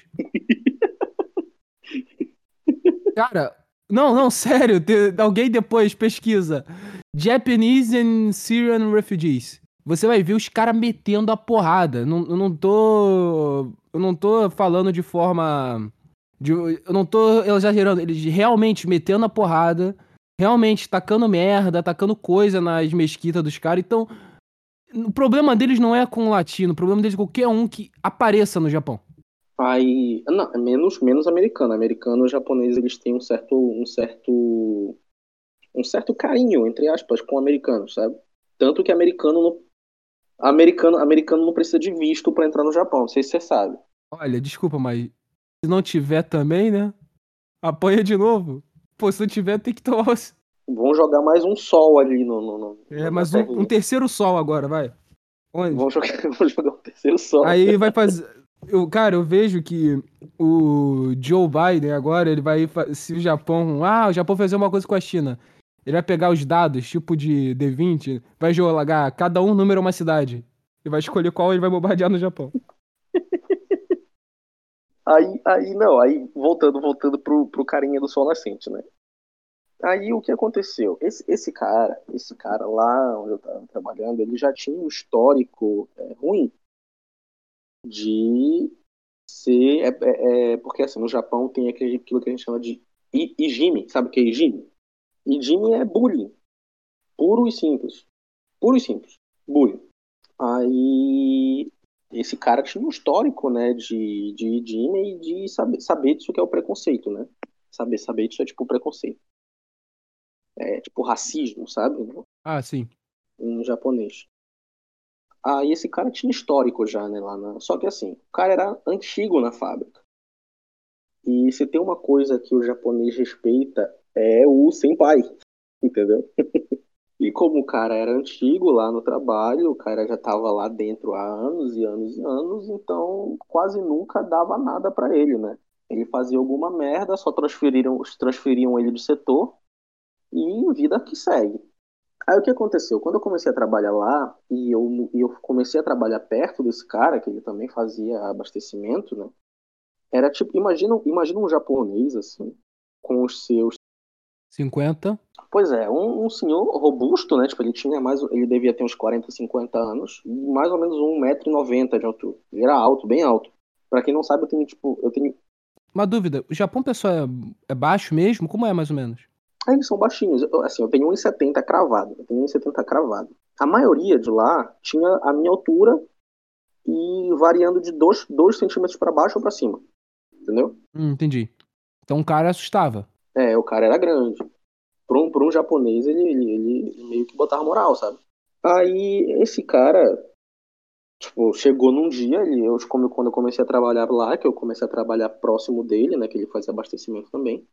Cara, não, não, sério. te- alguém depois pesquisa. Japanese and Syrian Refugees. Você vai ver os caras metendo a porrada. Não, eu não tô. Eu não tô falando de forma. de- eu não tô exagerando. Eles realmente metendo a porrada. Realmente tacando merda, tacando coisa nas mesquitas dos caras. Então, o problema deles não é com o latino. O problema deles é qualquer um que apareça no Japão. Aí, não, é menos, menos americano. Americano e japonês, eles têm um certo, um certo, um certo carinho, entre aspas, com americanos, sabe? Tanto que americano não, Americano, americano não precisa de visto pra entrar no Japão, não sei se você sabe. Olha, desculpa, mas se não tiver também, né? Apanha de novo. Pô, se não tiver, tem que tomar. Vão jogar mais um sol ali no, no, É, no- na mas um, um terrinha. terceiro sol agora, vai. Onde? Vão jogar, vão jogar um terceiro sol. Aí vai fazer. Eu, cara, eu vejo que o Joe Biden agora, ele vai. fa- Se o Japão. Ah, o Japão fazer uma coisa com a China. Ele vai pegar os dados, tipo de D vinte, vai jogar cada um número a uma cidade. E vai escolher qual ele vai bombardear no Japão. Aí, aí não, aí voltando, voltando pro, pro carinha do sol nascente, né? Aí o que aconteceu? Esse, esse cara, esse cara lá onde eu tava trabalhando, ele já tinha um histórico é, ruim de ser. É, é, é, porque assim, no Japão tem aquele, aquilo que a gente chama de i- higine, sabe o que é higine? Higine é bullying, puro e simples. Puro e simples. Bullying. Aí esse cara tinha um histórico, né, de, de higine e de saber, saber disso que é o preconceito, né? Saber, saber disso é tipo preconceito. É tipo racismo, sabe? Ah, sim. Em japonês. Aí esse cara tinha histórico já, né, lá na... Só que assim, o cara era antigo na fábrica. E se tem uma coisa que o japonês respeita é o senpai, entendeu? E como o cara era antigo lá no trabalho, o cara já estava lá dentro há anos e anos e anos, então quase nunca dava nada para ele, né? Ele fazia alguma merda, só transferiram, transferiam ele do setor e vida que segue. Aí o que aconteceu? Quando eu comecei a trabalhar lá e eu, e eu comecei a trabalhar perto desse cara, que ele também fazia abastecimento, né? Era tipo, imagina, imagina um japonês assim, com os seus. cinquenta. Pois é, um, um senhor robusto, né? Tipo, ele tinha mais. Ele devia ter uns quarenta, cinquenta anos, e mais ou menos um metro e noventa de altura. Ele era alto, bem alto. Pra quem não sabe, eu tenho, tipo, eu tenho. Uma dúvida, o Japão, pessoal, é, é baixo mesmo? Como é, mais ou menos? Ah, eles são baixinhos. Eu, assim, eu tenho um e setenta cravado. Eu tenho um e setenta cravado. A maioria de lá tinha a minha altura e variando de dois centímetros para baixo ou para cima. Entendeu? Hum, entendi. Então o cara assustava. É, o cara era grande. Para um, pra um japonês, ele, ele, ele meio que botava moral, sabe? Aí esse cara, tipo, chegou num dia, ele, eu, como, quando eu comecei a trabalhar lá, que eu comecei a trabalhar próximo dele, né, que ele fazia abastecimento também,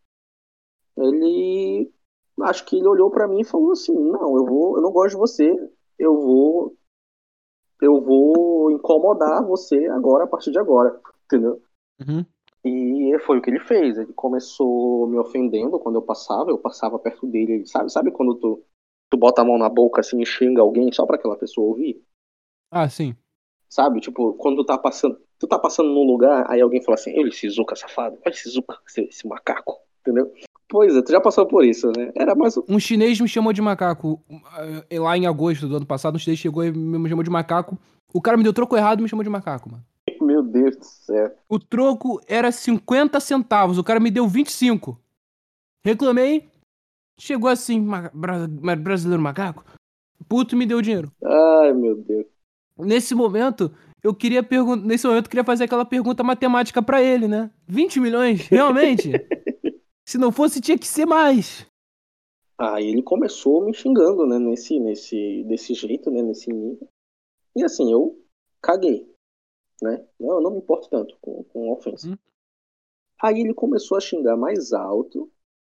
ele, acho que ele olhou pra mim e falou assim, não, eu vou, eu não gosto de você, eu vou, eu vou incomodar você agora, a partir de agora, entendeu? Uhum. E foi o que ele fez. Ele começou me ofendendo quando eu passava, eu passava perto dele, ele, sabe, sabe quando tu, tu bota a mão na boca assim e xinga alguém só pra aquela pessoa ouvir? Ah, sim. Sabe? Tipo, quando tu tá passando, tu tá passando num lugar, aí alguém fala assim, ele esse Zuka safado, olha esse Zuka, esse, esse macaco, entendeu? Pois é, tu já passou por isso, né? Era mais um. Um chinês me chamou de macaco eh, lá em agosto do ano passado. Um chinês chegou e me chamou de macaco. O cara me deu troco errado e me chamou de macaco, mano. Meu Deus do céu. O troco era cinquenta centavos. O cara me deu vinte e cinco. Reclamei. Chegou assim, ma- bra- ma- brasileiro macaco. Puto, me deu o dinheiro. Ai, meu Deus. Nesse momento, eu queria perguntar. Nesse momento, eu queria fazer aquela pergunta matemática pra ele, né? vinte milhões? Realmente? Se não fosse, tinha que ser mais. Aí ele começou me xingando, né? Nesse, nesse, desse jeito, né? Nesse nível. E assim, eu caguei, né? Não, eu não me importo tanto com, com ofensa. Hum? Aí ele começou a xingar mais alto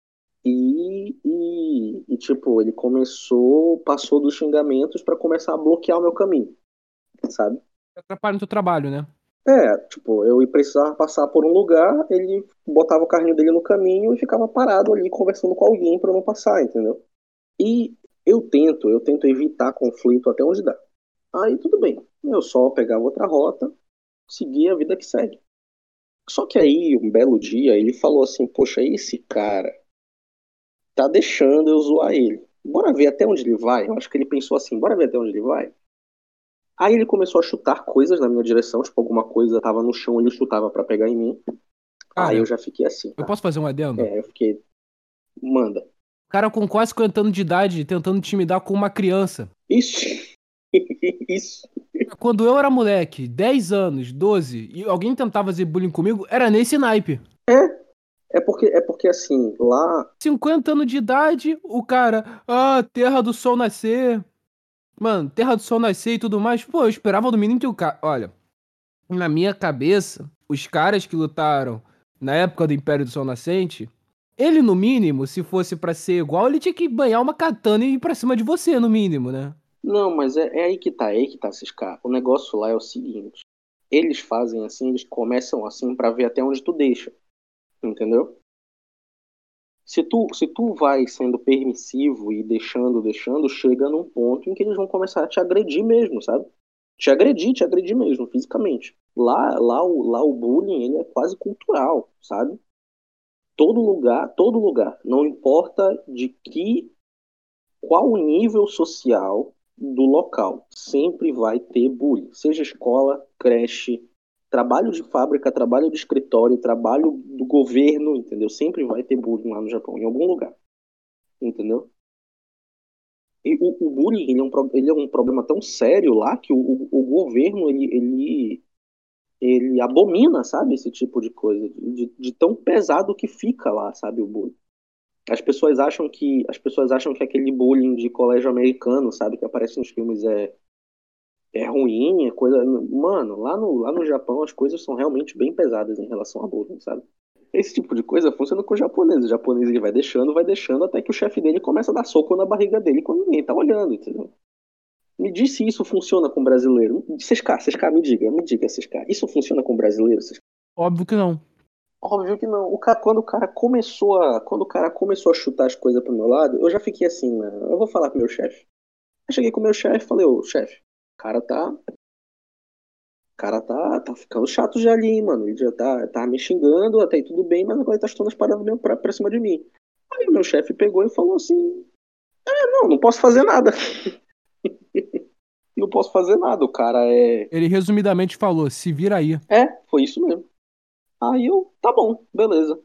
e, e, e, tipo, ele começou, passou dos xingamentos para começar a bloquear o meu caminho, sabe? Atrapalha no teu trabalho, né? É, tipo, eu precisava passar por um lugar, ele botava o carrinho dele no caminho e ficava parado ali conversando com alguém para eu não passar, entendeu? E eu tento, eu tento evitar conflito até onde dá. Aí tudo bem, eu só pegava outra rota, seguia a vida que segue. Só que aí, um belo dia, ele falou assim, poxa, esse cara tá deixando eu zoar ele. Bora ver até onde ele vai? Eu acho que ele pensou assim, bora ver até onde ele vai? Aí ele começou a chutar coisas na minha direção, tipo, alguma coisa tava no chão, ele chutava pra pegar em mim. Aí eu Cara, já fiquei assim, eu tá? posso fazer um adendo? É, eu fiquei, manda. O cara com quase cinquenta anos de idade tentando intimidar com uma criança. Isso, isso. Quando eu era moleque, dez anos, doze, e alguém tentava fazer bullying comigo, era nesse naipe. É, é porque, é porque assim, lá, cinquenta anos de idade, o cara, ah, terra do sol nascer. Mano, Terra do Sol nascer e tudo mais, pô, eu esperava no mínimo que o cara. Olha, na minha cabeça, os caras que lutaram na época do Império do Sol Nascente, ele, no mínimo, se fosse pra ser igual, ele tinha que banhar uma katana e ir pra cima de você, no mínimo, né? Não, mas é, é aí que tá, é aí que tá, Ciscar. O negócio lá é o seguinte: eles fazem assim, eles começam assim pra ver até onde tu deixa, entendeu? Se tu, se tu vai sendo permissivo e deixando, deixando, chega num ponto em que eles vão começar a te agredir mesmo, sabe? Te agredir, te agredir mesmo, fisicamente. Lá, lá, o, lá o bullying, ele é quase cultural, sabe? Todo lugar, todo lugar, não importa de que, qual o nível social do local, sempre vai ter bullying. Seja escola, creche, trabalho de fábrica, trabalho de escritório, trabalho do governo, entendeu? Sempre vai ter bullying lá no Japão, em algum lugar, entendeu? E o, o bullying, ele é, um, ele é um problema tão sério lá que o, o, o governo, ele, ele, ele abomina, sabe, esse tipo de coisa, de, de tão pesado que fica lá, sabe, o bullying. As pessoas acham que as pessoas acham que aquele bullying de colégio americano, sabe, que aparece nos filmes é é ruim, é coisa, mano, lá no lá no Japão as coisas são realmente bem pesadas em relação a bullying, sabe? Esse tipo de coisa funciona com o japonês. O japonês ele vai deixando, vai deixando até que o chefe dele começa a dar soco na barriga dele quando ninguém tá olhando, entendeu? Me diz se isso funciona com brasileiro. Sescar, Sescar, me diga, me diga, Sescar. Isso funciona com brasileiro? Sescar? Óbvio que não. Óbvio que não. O cara, quando o cara começou a, quando o cara começou a chutar as coisas pro meu lado, eu já fiquei assim, né? Eu vou falar com o meu chefe. Eu cheguei com o meu chefe e falei, ô, chefe, o cara tá, o cara tá, tá ficando chato já ali, hein, mano. Ele já tá, tá me xingando, até aí tudo bem, mas agora ele tá chutando as paradas mesmo pra, pra cima de mim. Aí o meu chefe pegou e falou assim, é, não, não posso fazer nada. Não posso fazer nada, o cara é... Ele resumidamente falou: se vira aí. É, foi isso mesmo. Aí eu, tá bom, beleza.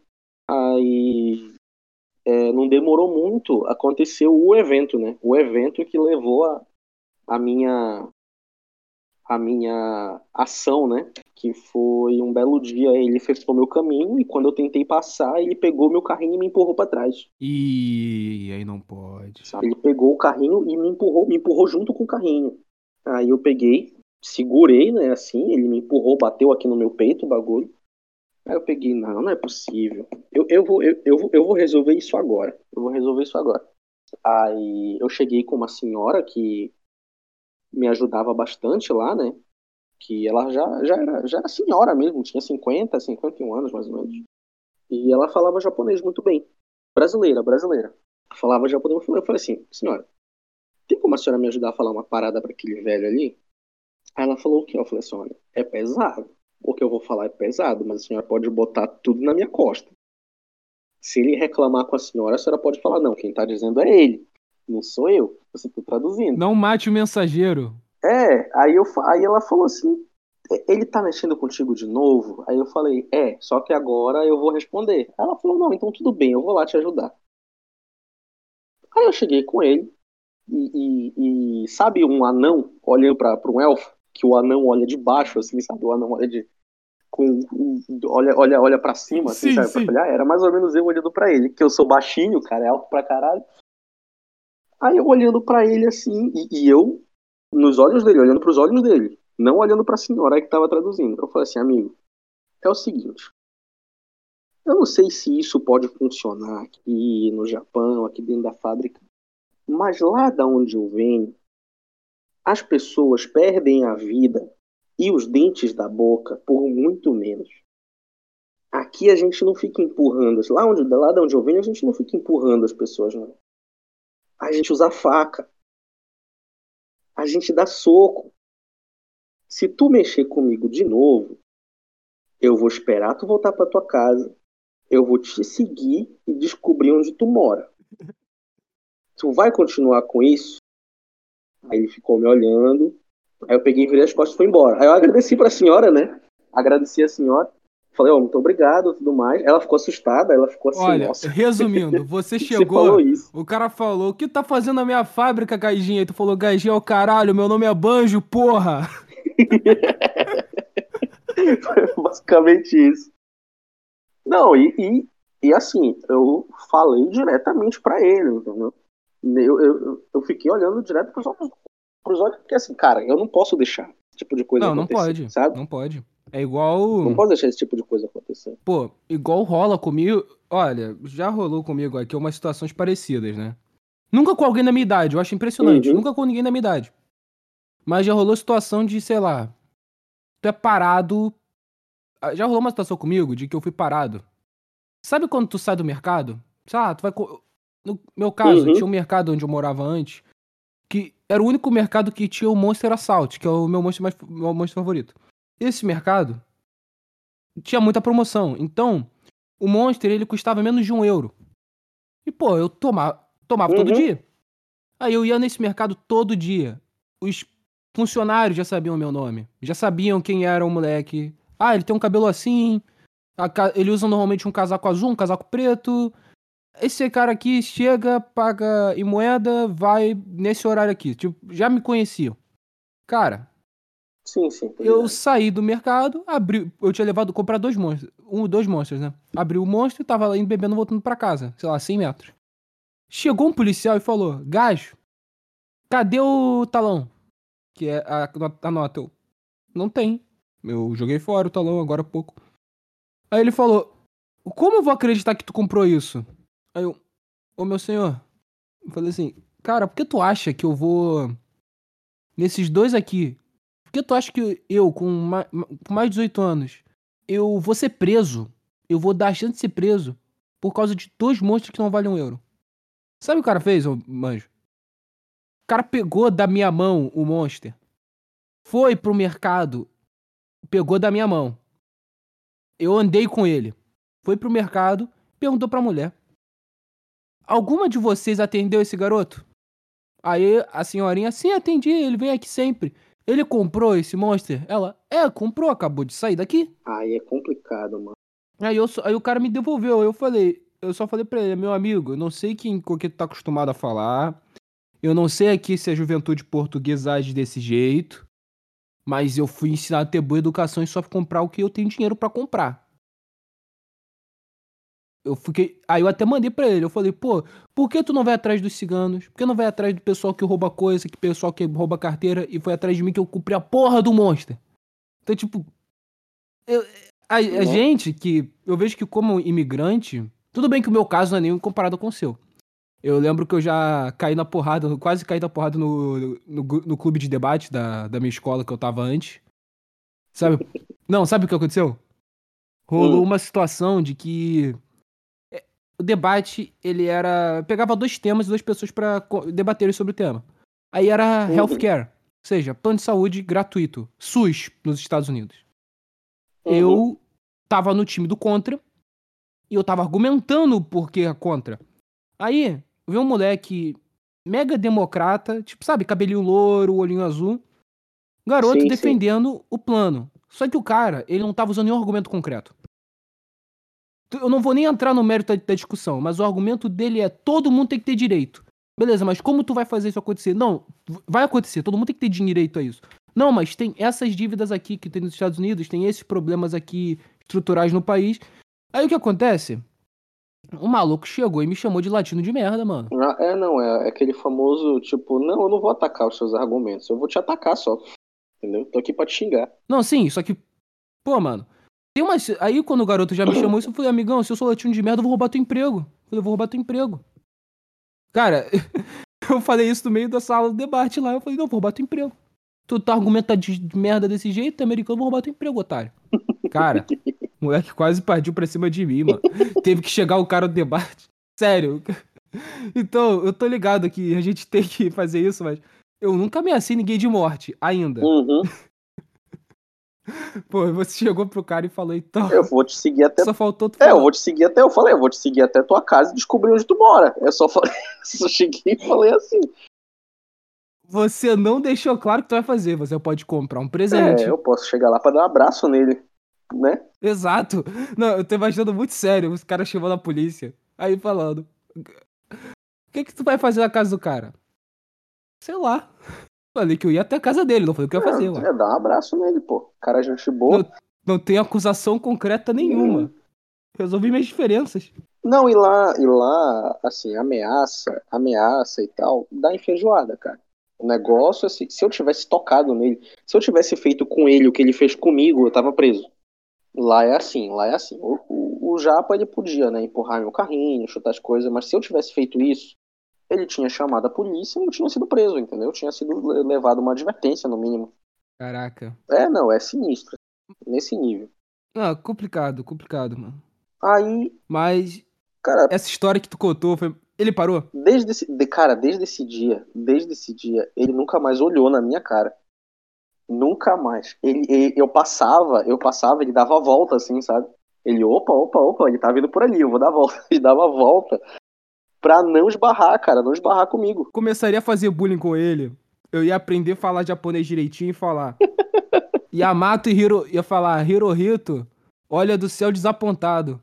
Aí é, não demorou muito, aconteceu o evento, né? O evento que levou a, a minha a minha ação, né? Que foi um belo dia, ele fechou meu caminho e quando eu tentei passar, ele pegou meu carrinho e me empurrou para trás. E aí não pode. Sabe? Ele pegou o carrinho e me empurrou, me empurrou junto com o carrinho. Aí eu peguei, segurei, né? Assim, ele me empurrou, bateu aqui no meu peito o bagulho. Aí eu peguei, não, não é possível. Eu, eu, vou, eu, eu, vou, eu vou resolver isso agora. Eu vou resolver isso agora. Aí eu cheguei com uma senhora que me ajudava bastante lá, né? Que ela já, já, era, já era senhora mesmo, tinha cinquenta, cinquenta e um anos mais ou menos. E ela falava japonês muito bem. Brasileira, brasileira. Falava japonês, eu falei assim, senhora, tem como a senhora me ajudar a falar uma parada para aquele velho ali? Aí ela falou o quê? Eu falei assim, olha, é pesado. O que eu vou falar é pesado, mas a senhora pode botar tudo na minha costa. Se ele reclamar com a senhora, a senhora pode falar, não, quem tá dizendo é ele, não sou eu, você tá traduzindo. Não mate o mensageiro. É, aí, eu, aí ela falou assim, ele tá mexendo contigo de novo? Aí eu falei, é, só que agora eu vou responder. Ela falou, não, então tudo bem, eu vou lá te ajudar. Aí eu cheguei com ele, e, e, e sabe um anão olhando para um elfo? Que o anão olha de baixo, assim, sabe? O anão olha de... Com, olha, olha, olha pra cima, assim, Sim, sabe? sim. Pra olhar. Era mais ou menos eu olhando pra ele, que eu sou baixinho, cara, é alto pra caralho. Aí eu olhando pra ele assim, e, e eu nos olhos dele, olhando pros olhos dele, não olhando pra senhora que tava traduzindo. Eu falei assim, amigo, é o seguinte, eu não sei se isso pode funcionar aqui no Japão, aqui dentro da fábrica, mas lá da onde eu venho, as pessoas perdem a vida e os dentes da boca por muito menos. Aqui a gente não fica empurrando, lá, onde, lá de onde eu venho, a gente não fica empurrando as pessoas, não. A gente usa faca. A gente dá soco. Se tu mexer comigo de novo, eu vou esperar tu voltar pra tua casa. Eu vou te seguir e descobrir onde tu mora. Tu vai continuar com isso? Aí ele ficou me olhando. Aí eu peguei, virei as costas e fui embora. Aí eu agradeci pra senhora, né? Agradeci a senhora. Falei, ó, oh, muito obrigado, tudo mais. Ela ficou assustada, ela ficou assim, Olha, nossa. resumindo, você Você falou chegou, isso. o cara falou, o que tá fazendo na minha fábrica, Gaijinha? Aí tu falou, Gaijinha é o caralho, meu nome é Banjo, porra! Foi basicamente isso. Não, e, e, e assim, eu falei diretamente pra ele, entendeu? Eu, eu, eu fiquei olhando direto pros olhos. pros olhos, porque assim, cara, eu não posso deixar esse tipo de coisa Não, não acontecer, pode. sabe? Não pode. É igual. Não posso deixar esse tipo de coisa acontecer. Pô, igual rola comigo. Olha, já rolou comigo aqui umas situações parecidas, né? Nunca com alguém da minha idade, eu acho impressionante. Uhum. Nunca com ninguém da minha idade. Mas já rolou situação de, sei lá, tu é parado. Ah, já rolou uma situação comigo de que eu fui parado. Sabe quando tu sai do mercado? Sei lá, tu vai. co- No meu caso, tinha Uhum. um mercado onde eu morava antes, que era o único mercado que tinha o Monster Assault, que é o meu monstro mais meu monstro favorito. Esse mercado tinha muita promoção. Então, o Monster ele custava menos de um euro. E, pô, eu tomava, tomava todo Uhum. dia. Aí eu ia nesse mercado todo dia. Os funcionários já sabiam o meu nome. Já sabiam quem era o moleque. Ah, ele tem um cabelo assim. a ca- Ele usa normalmente um casaco azul, um casaco preto. Esse cara aqui chega, paga em moeda, vai nesse horário aqui. Tipo, já me conheciam. Cara, Sim, sim, tô eu ligado. saí do mercado, abri. Eu tinha levado comprar dois monstros. Um, dois monstros, né? Abri o monstro e tava lá indo bebendo, voltando pra casa. Sei lá, cem metros. Chegou um policial e falou: Gajo, cadê o talão? Que é a, a nota. Eu, não tem. Eu joguei fora o talão agora há pouco. Aí ele falou: Como eu vou acreditar que tu comprou isso? Aí eu, ô meu senhor. Eu falei assim: Cara, por que tu acha que eu vou. Nesses dois aqui? Por que tu acha que eu, com, ma- ma- com mais de dezoito anos, eu vou ser preso? Eu vou dar a chance de ser preso por causa de dois monstros que não valem um euro. Sabe o que o cara fez, ô manjo? O cara pegou da minha mão o monster, foi pro mercado, pegou da minha mão. Eu andei com ele. Foi pro mercado, perguntou pra mulher: Alguma de vocês atendeu esse garoto? Aí a senhorinha: Sim, atendi, ele vem aqui sempre. Ele comprou esse monster? Ela: É, comprou, acabou de sair daqui. Aí é complicado, mano. Aí, eu, só- aí o cara me devolveu. Eu falei, eu só falei pra ele: Meu amigo, eu não sei quem, com que tu tá acostumado a falar. Eu não sei aqui se a juventude portuguesa age desse jeito. Mas eu fui ensinado a ter boa educação e só comprar o que eu tenho dinheiro pra comprar. Eu fiquei. Aí eu até mandei pra ele. Eu falei, pô, por que tu não vai atrás dos ciganos? Por que não vai atrás do pessoal que rouba coisa, que pessoal que rouba carteira e foi atrás de mim que eu comprei a porra do Monster? Então, tipo, eu- a, a Né? gente que. Eu vejo que como imigrante. Tudo bem que o meu caso não é nenhum comparado com o seu. Eu lembro que eu já caí na porrada, quase caí na porrada no, no, no clube de debate da, da minha escola que eu tava antes. Sabe? Não, sabe o que aconteceu? Rolou Hum. uma situação de que o debate, ele era... Pegava dois temas e duas pessoas pra co- debaterem sobre o tema. Aí era Uhum. healthcare, ou seja, plano de saúde gratuito, SUS, nos Estados Unidos. Uhum. Eu tava no time do contra e eu tava argumentando o porquê é contra. Aí, veio um moleque mega democrata, tipo, sabe, cabelinho louro, olhinho azul, garoto Sim, sim. defendendo o plano. Só que o cara, ele não tava usando nenhum argumento concreto. Eu não vou nem entrar no mérito da, da discussão, mas o argumento dele é: todo mundo tem que ter direito. Beleza, mas como tu vai fazer isso acontecer? Não, vai acontecer, todo mundo tem que ter direito a isso. Não, mas tem essas dívidas aqui que tem nos Estados Unidos, tem esses problemas aqui estruturais no país. Aí o que acontece? O maluco chegou e me chamou de latino de merda, mano. Ah, é, não, é aquele famoso, tipo, não, eu não vou atacar os seus argumentos, eu vou te atacar só, entendeu? Tô aqui pra te xingar. Não, sim, só que, pô, mano, tem umas. Aí quando o garoto já me chamou isso, eu falei: Amigão, se eu sou latino de merda, eu vou roubar teu emprego. Eu falei: Eu vou roubar teu emprego. Cara, eu falei isso no meio da sala do debate lá. Eu falei: Não, vou roubar teu emprego. Tu tá argumentando de merda desse jeito, é americano, eu vou roubar teu emprego, otário. Cara, o moleque quase partiu pra cima de mim, mano. Teve que chegar o cara do debate. Sério. Então, eu tô ligado que a gente tem que fazer isso, mas eu nunca ameacei ninguém de morte, ainda. Uhum. Pô, você chegou pro cara e falou: Então, Eu vou te seguir até. só faltou tu É, eu falar. vou te seguir até. Eu falei, eu vou te seguir até tua casa e descobrir onde tu mora. Eu só falei, só cheguei e falei assim. Você não deixou claro o que tu vai fazer. Você pode comprar um É, presente. eu posso chegar lá pra dar um abraço nele, né? Exato. Não, eu tô imaginando muito sério os caras chamando a polícia. Aí falando: O que que tu vai fazer na casa do cara? Sei lá. Falei que eu ia até a casa dele, não falei o que eu ia fazer lá. É, é dar um abraço nele, pô. Cara, é gente boa. Não, não tem acusação concreta nenhuma. Resolvi minhas diferenças. Não, e lá, e lá, assim, ameaça, ameaça e tal, dá em feijoada, cara. O negócio é se, se eu tivesse tocado nele, se eu tivesse feito com ele o que ele fez comigo, eu tava preso. Lá é assim, lá é assim. O, o, o Japa, ele podia, né, empurrar meu carrinho, chutar as coisas, mas se eu tivesse feito isso, ele tinha chamado a polícia e eu tinha sido preso, entendeu? Eu tinha sido levado uma advertência, no mínimo. Caraca. É, não, é sinistro. Nesse nível. Ah, complicado, complicado, mano. Aí, Mas cara, essa história que tu contou foi. Ele parou? desde esse, de, cara, desde esse dia, desde esse dia, ele nunca mais olhou na minha cara. Nunca mais. Ele, ele- eu passava, eu passava, ele dava a volta, assim, sabe? Ele, opa, opa, opa, ele tá vindo por ali, eu vou dar a volta. Ele dava a volta pra não esbarrar, cara, não esbarrar comigo. Começaria a fazer bullying com ele. Eu ia aprender a falar japonês direitinho e falar. Yamato e Hiro. Ia falar, Hirohito, olha do céu desapontado.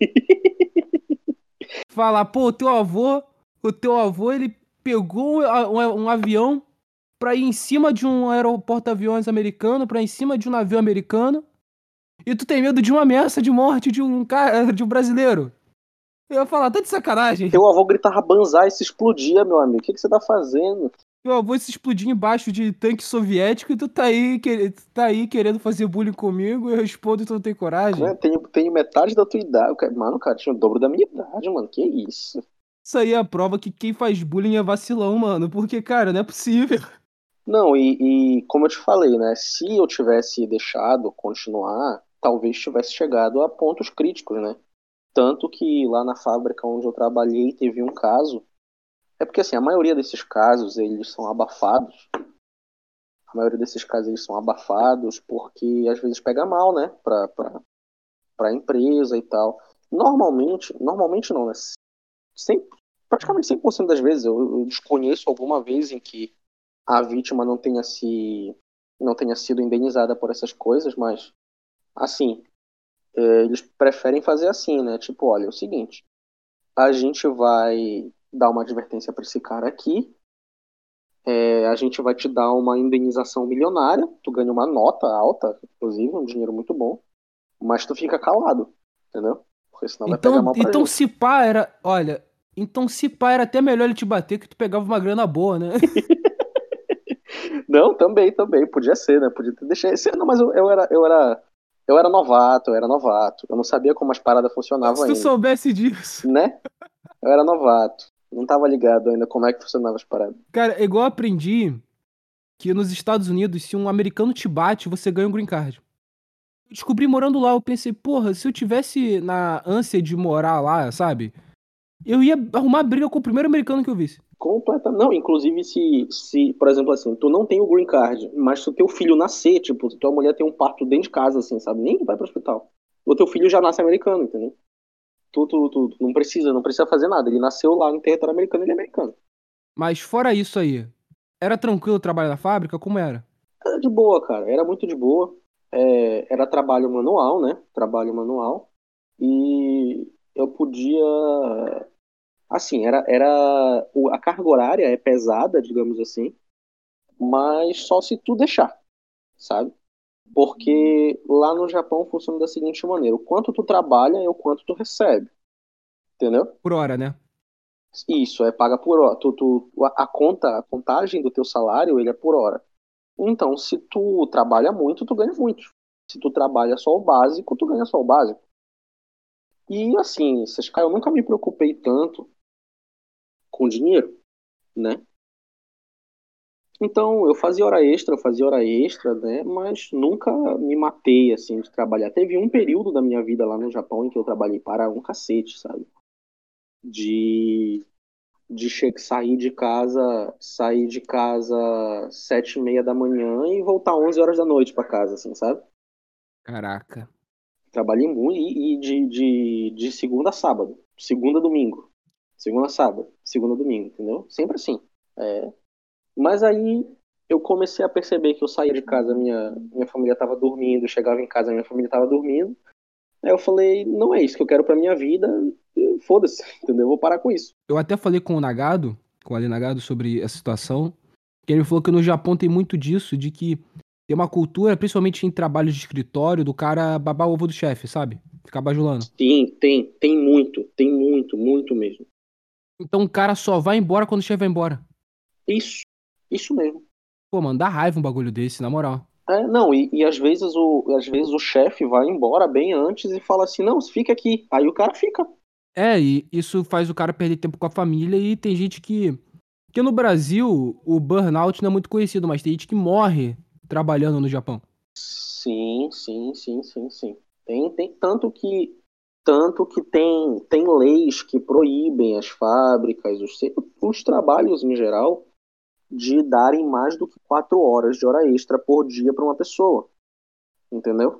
Falar, pô, o teu avô, o teu avô, ele pegou um, um- um avião pra ir em cima de um aeroporto-aviões americano, pra ir em cima de um navio americano, e tu tem medo de uma ameaça de morte de um cara, de um brasileiro. Eu ia falar, tá de sacanagem. Teu avô gritava banzai e se explodia, meu amigo. O que, que você tá fazendo? Meu avô se explodir embaixo de tanque soviético e tu tá aí, que- tu tá aí querendo fazer bullying comigo, eu respondo e tu não tem coragem. Né? Tenho, tenho metade da tua idade. Cara, mano, cara, tinha o dobro da minha idade, mano. Que isso? Isso aí é a prova que quem faz bullying é vacilão, mano. Porque, cara, não é possível. Não, e, e como eu te falei, né? Se eu tivesse deixado continuar, talvez tivesse chegado a pontos críticos, né? Tanto que lá na fábrica onde eu trabalhei teve um caso. É porque assim, a maioria desses casos eles são abafados. A maioria desses casos eles são abafados porque às vezes pega mal, né? Pra, pra, pra empresa e tal. Normalmente, normalmente não, né? cem, praticamente cem por cento das vezes eu, eu desconheço alguma vez em que a vítima não tenha se não tenha sido indenizada por essas coisas, mas assim, é, eles preferem fazer assim, né? Tipo, olha, é o seguinte, a gente vai dar uma advertência para esse cara aqui, é, a gente vai te dar uma indenização milionária, tu ganha uma nota alta, inclusive, um dinheiro muito bom, mas tu fica calado, entendeu? Porque senão vai pegar Então, mal pra então gente. se pá era. Olha, então se pá era até melhor ele te bater que tu pegava uma grana boa, né? Não, também, também, podia ser, né? Podia ter deixado esse. Não, mas eu, eu era, eu era, eu era novato, eu era novato. Eu não sabia como as paradas funcionavam Se tu ainda, soubesse disso. né? Eu era novato. Não tava ligado ainda como é que funcionava as paradas. Cara, é igual eu aprendi que nos Estados Unidos, se um americano te bate, você ganha um green card. Eu descobri morando lá, eu pensei, porra, se eu tivesse na ânsia de morar lá, sabe? Eu ia arrumar briga com o primeiro americano que eu visse. Completa. Não, inclusive se, se, por exemplo, assim, tu não tem o green card, mas se o teu filho nascer, tipo, se tua mulher tem um parto dentro de casa, assim, sabe? Nem vai pro hospital. O teu filho já nasce americano, entendeu? Tu, tu, tu, tu não precisa, não precisa fazer nada. Ele nasceu lá no território americano, ele é americano. Mas fora isso aí, era tranquilo o trabalho na fábrica? Como era? Era de boa, cara. Era muito de boa. É, era trabalho manual, né? Trabalho manual. E eu podia. Assim, era, era. o- A carga horária é pesada, digamos assim, mas só se tu deixar, sabe? Porque lá no Japão funciona da seguinte maneira: o quanto tu trabalha é o quanto tu recebe, entendeu? Por hora, né? Isso, é paga por hora. Tu, tu, a a conta, a contagem do teu salário, ele é por hora. Então, se tu trabalha muito, tu ganha muito. Se tu trabalha só o básico, tu ganha só o básico. E assim, Saskia, eu nunca me preocupei tanto com dinheiro, né? Então, eu fazia hora extra, eu fazia hora extra, né? Mas nunca me matei, assim, de trabalhar. Teve um período da minha vida lá no Japão em que eu trabalhei para um cacete, sabe? De, de che- sair de casa, sair de casa sete e meia da manhã e voltar onze horas da noite para casa, assim, sabe? Caraca. Trabalhei muito e, e de, de, de segunda a sábado, segunda a domingo, segunda a sábado, segunda a domingo, entendeu? Sempre assim. É, mas aí eu comecei a perceber que eu saía de casa, minha, minha família estava dormindo, eu chegava em casa, minha família estava dormindo. Aí eu falei, não é isso que eu quero pra minha vida, foda-se, entendeu? Eu vou parar com isso. Eu até falei com o Nagado, com o Ali Nagado, sobre essa situação. Que ele falou que no Japão tem muito disso, de que tem uma cultura, principalmente em trabalhos de escritório, do cara babar o ovo do chefe, sabe? Ficar bajulando. Sim, tem, tem muito, tem muito, muito mesmo. Então o cara só vai embora quando o chefe vai embora. Isso, Isso mesmo. Pô, mano, dá raiva um bagulho desse, na moral. É, não, e, e às vezes o, às vezes o chefe vai embora bem antes e fala assim, não, fica aqui. Aí o cara fica. É, e isso faz o cara perder tempo com a família e tem gente que. Porque no Brasil, o burnout não é muito conhecido, mas tem gente que morre trabalhando no Japão. Sim, sim, sim, sim, sim. Tem, tem tanto que tanto que tem, tem leis que proíbem as fábricas, os, se- os trabalhos em geral, de darem mais do que quatro horas de hora extra por dia para uma pessoa, entendeu?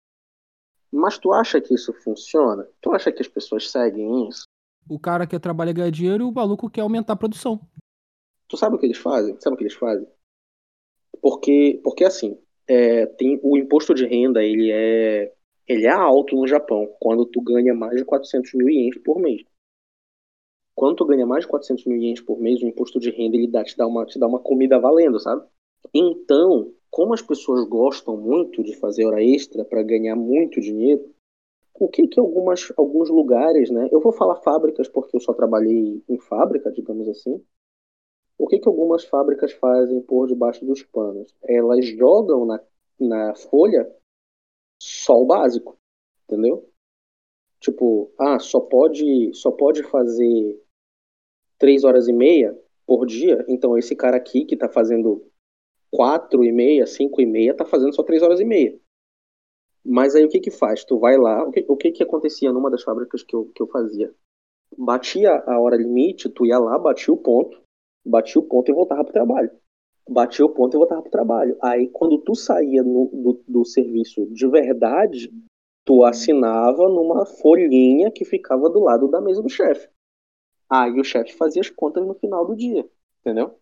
Mas tu acha que isso funciona? Tu acha que as pessoas seguem isso? O cara quer trabalhar e ganhar dinheiro e o maluco quer aumentar a produção. Tu sabe o que eles fazem? Sabe o que eles fazem? Porque, porque assim, é, tem o imposto de renda, ele é, ele é alto no Japão, quando tu ganha mais de quatrocentos mil ienes por mês. Quando tu ganha mais de quatrocentos mil ienes por mês, o imposto de renda ele dá, te, dá uma, te dá uma comida valendo, sabe? Então, como as pessoas gostam muito de fazer hora extra para ganhar muito dinheiro, o que que algumas, alguns lugares, né? Eu vou falar fábricas porque eu só trabalhei em fábrica, digamos assim. O que que algumas fábricas fazem por debaixo dos panos? Elas jogam na, na folha só o básico, entendeu? Tipo, ah, só pode, só pode fazer três horas e meia por dia, então esse cara aqui que tá fazendo quatro e meia, cinco e meia, tá fazendo só três horas e meia. Mas aí o que que faz? Tu vai lá, o que, o que que acontecia numa das fábricas que eu, que eu fazia? Batia a hora limite, tu ia lá, batia o ponto, batia o ponto e voltava pro trabalho. Batia o ponto e voltava pro trabalho. Aí quando tu saía no- do, do serviço de verdade, tu assinava numa folhinha que ficava do lado da mesa do chefe. Aí o chefe fazia as contas no final do dia, entendeu?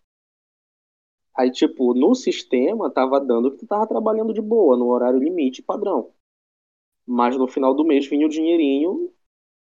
Aí, tipo, no sistema tava dando que tu tava trabalhando de boa, no horário limite padrão. Mas no final do mês vinha o dinheirinho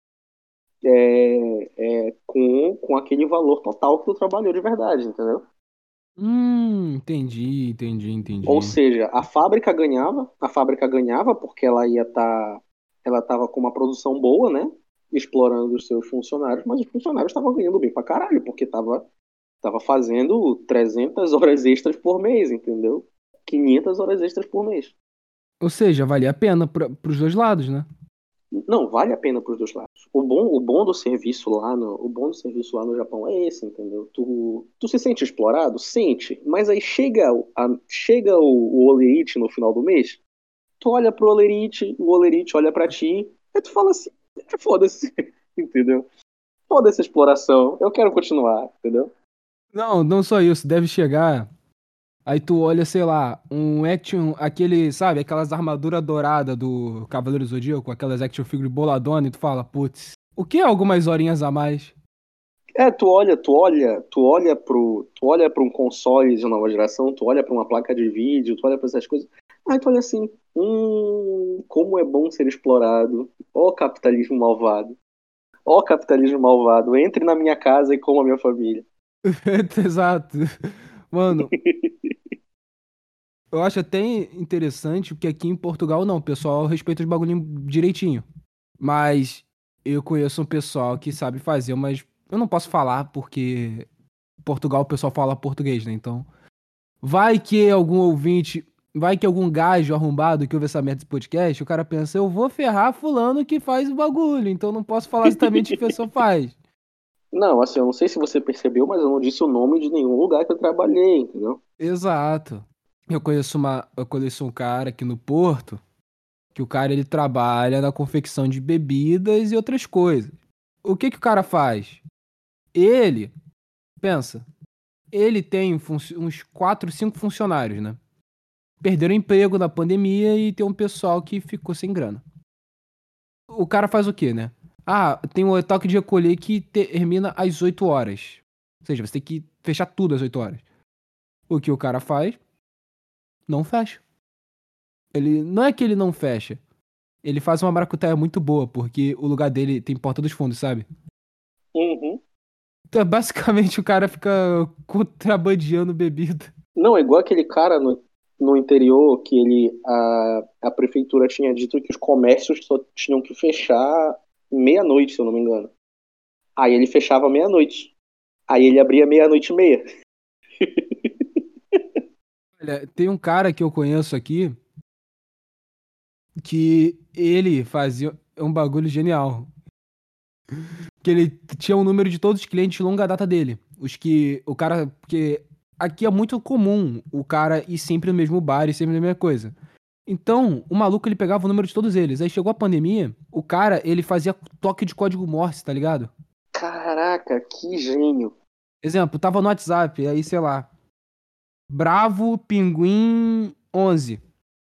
é, é, com, com aquele valor total que tu trabalhou de verdade, entendeu? Hum, entendi, entendi, Ou entendi. seja, a fábrica ganhava, a fábrica ganhava porque ela ia estar, ela tava com uma produção boa, né? Explorando os seus funcionários, mas os funcionários estavam ganhando bem pra caralho, porque tava, tava fazendo trezentas horas extras por mês, entendeu? quinhentas horas extras por mês. Ou seja, valia a pena pra, pros dois lados, né? Não, vale a pena para os dois lados. O bom, o bom do serviço lá no, o bom do serviço lá no Japão é esse, entendeu? Tu, tu se sente explorado? Sente. Mas aí chega, o- a, chega o, o Olerite no final do mês, tu olha pro Olerite, o Olerite olha pra ti, aí tu fala assim, "É, foda-se, entendeu? Foda-se a exploração, eu quero continuar, entendeu? Não, não só isso, deve chegar. Aí tu olha, sei lá, um action, aquele, sabe, aquelas armaduras douradas do Cavaleiro do Zodíaco, aquelas action figure boladona, e tu fala, putz, o que é algumas horinhas a mais? É, tu olha, tu olha, tu olha pro, tu olha para um console de nova geração, tu olha para uma placa de vídeo, tu olha para essas coisas, aí tu olha assim, hum, como é bom ser explorado. Ó capitalismo malvado. Ó capitalismo malvado. Entre na minha casa e coma a minha família. Exato. Mano, eu acho até interessante, porque aqui em Portugal não, o pessoal respeita os bagulhinhos direitinho. Mas eu conheço um pessoal que sabe fazer, mas eu não posso falar porque em Portugal o pessoal fala português, né? Então, vai que algum ouvinte, vai que algum gajo arrombado que ouve essa merda desse podcast, o cara pensa, eu vou ferrar fulano que faz o bagulho, então não posso falar exatamente o que a pessoa faz. Não, assim, eu não sei se você percebeu, mas eu não disse o nome de nenhum lugar que eu trabalhei, entendeu? Exato. Eu conheço uma, eu conheço um cara aqui no Porto, que o cara ele trabalha na confecção de bebidas e outras coisas. O que que o cara faz? Ele, pensa, ele tem funci- uns quatro, cinco funcionários, né? Perderam emprego na pandemia e tem um pessoal que ficou sem grana. O cara faz o quê, né? Ah, tem um toque de recolher que termina às oito horas. Ou seja, você tem que fechar tudo às oito horas. O que o cara faz? Não fecha. Ele não é que ele não fecha. Ele faz uma maracutaia muito boa, porque o lugar dele tem porta dos fundos, sabe? Uhum. Então, basicamente, o cara fica contrabandeando bebida. Não, é igual aquele cara no, no interior que ele, a, a prefeitura tinha dito que os comércios só tinham que fechar meia-noite, se eu não me engano. Aí ele fechava meia-noite. Aí ele abria meia-noite e meia. Olha, tem um cara que eu conheço aqui que ele fazia um bagulho genial. Que ele tinha um número de todos os clientes de longa data dele. Os que. O cara. Porque aqui é muito comum o cara ir sempre no mesmo bar e sempre na mesma coisa. Então, o maluco ele pegava o número de todos eles. Aí chegou a pandemia, o cara ele fazia toque de código Morse, tá ligado? Caraca, que gênio. Exemplo, tava no WhatsApp, aí sei lá. Bravo Pinguim onze.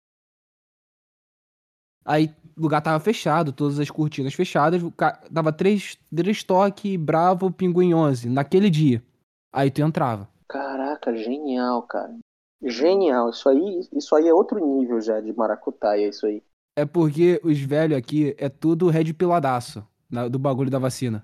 Aí o lugar tava fechado, todas as cortinas fechadas. o ca- Dava três, três toque, Bravo Pinguim onze, naquele dia. Aí tu entrava. Caraca, genial, cara. Genial. Isso aí, isso aí é outro nível já de maracutaia, isso aí. É porque os velhos aqui é tudo red piladaço na- do bagulho da vacina.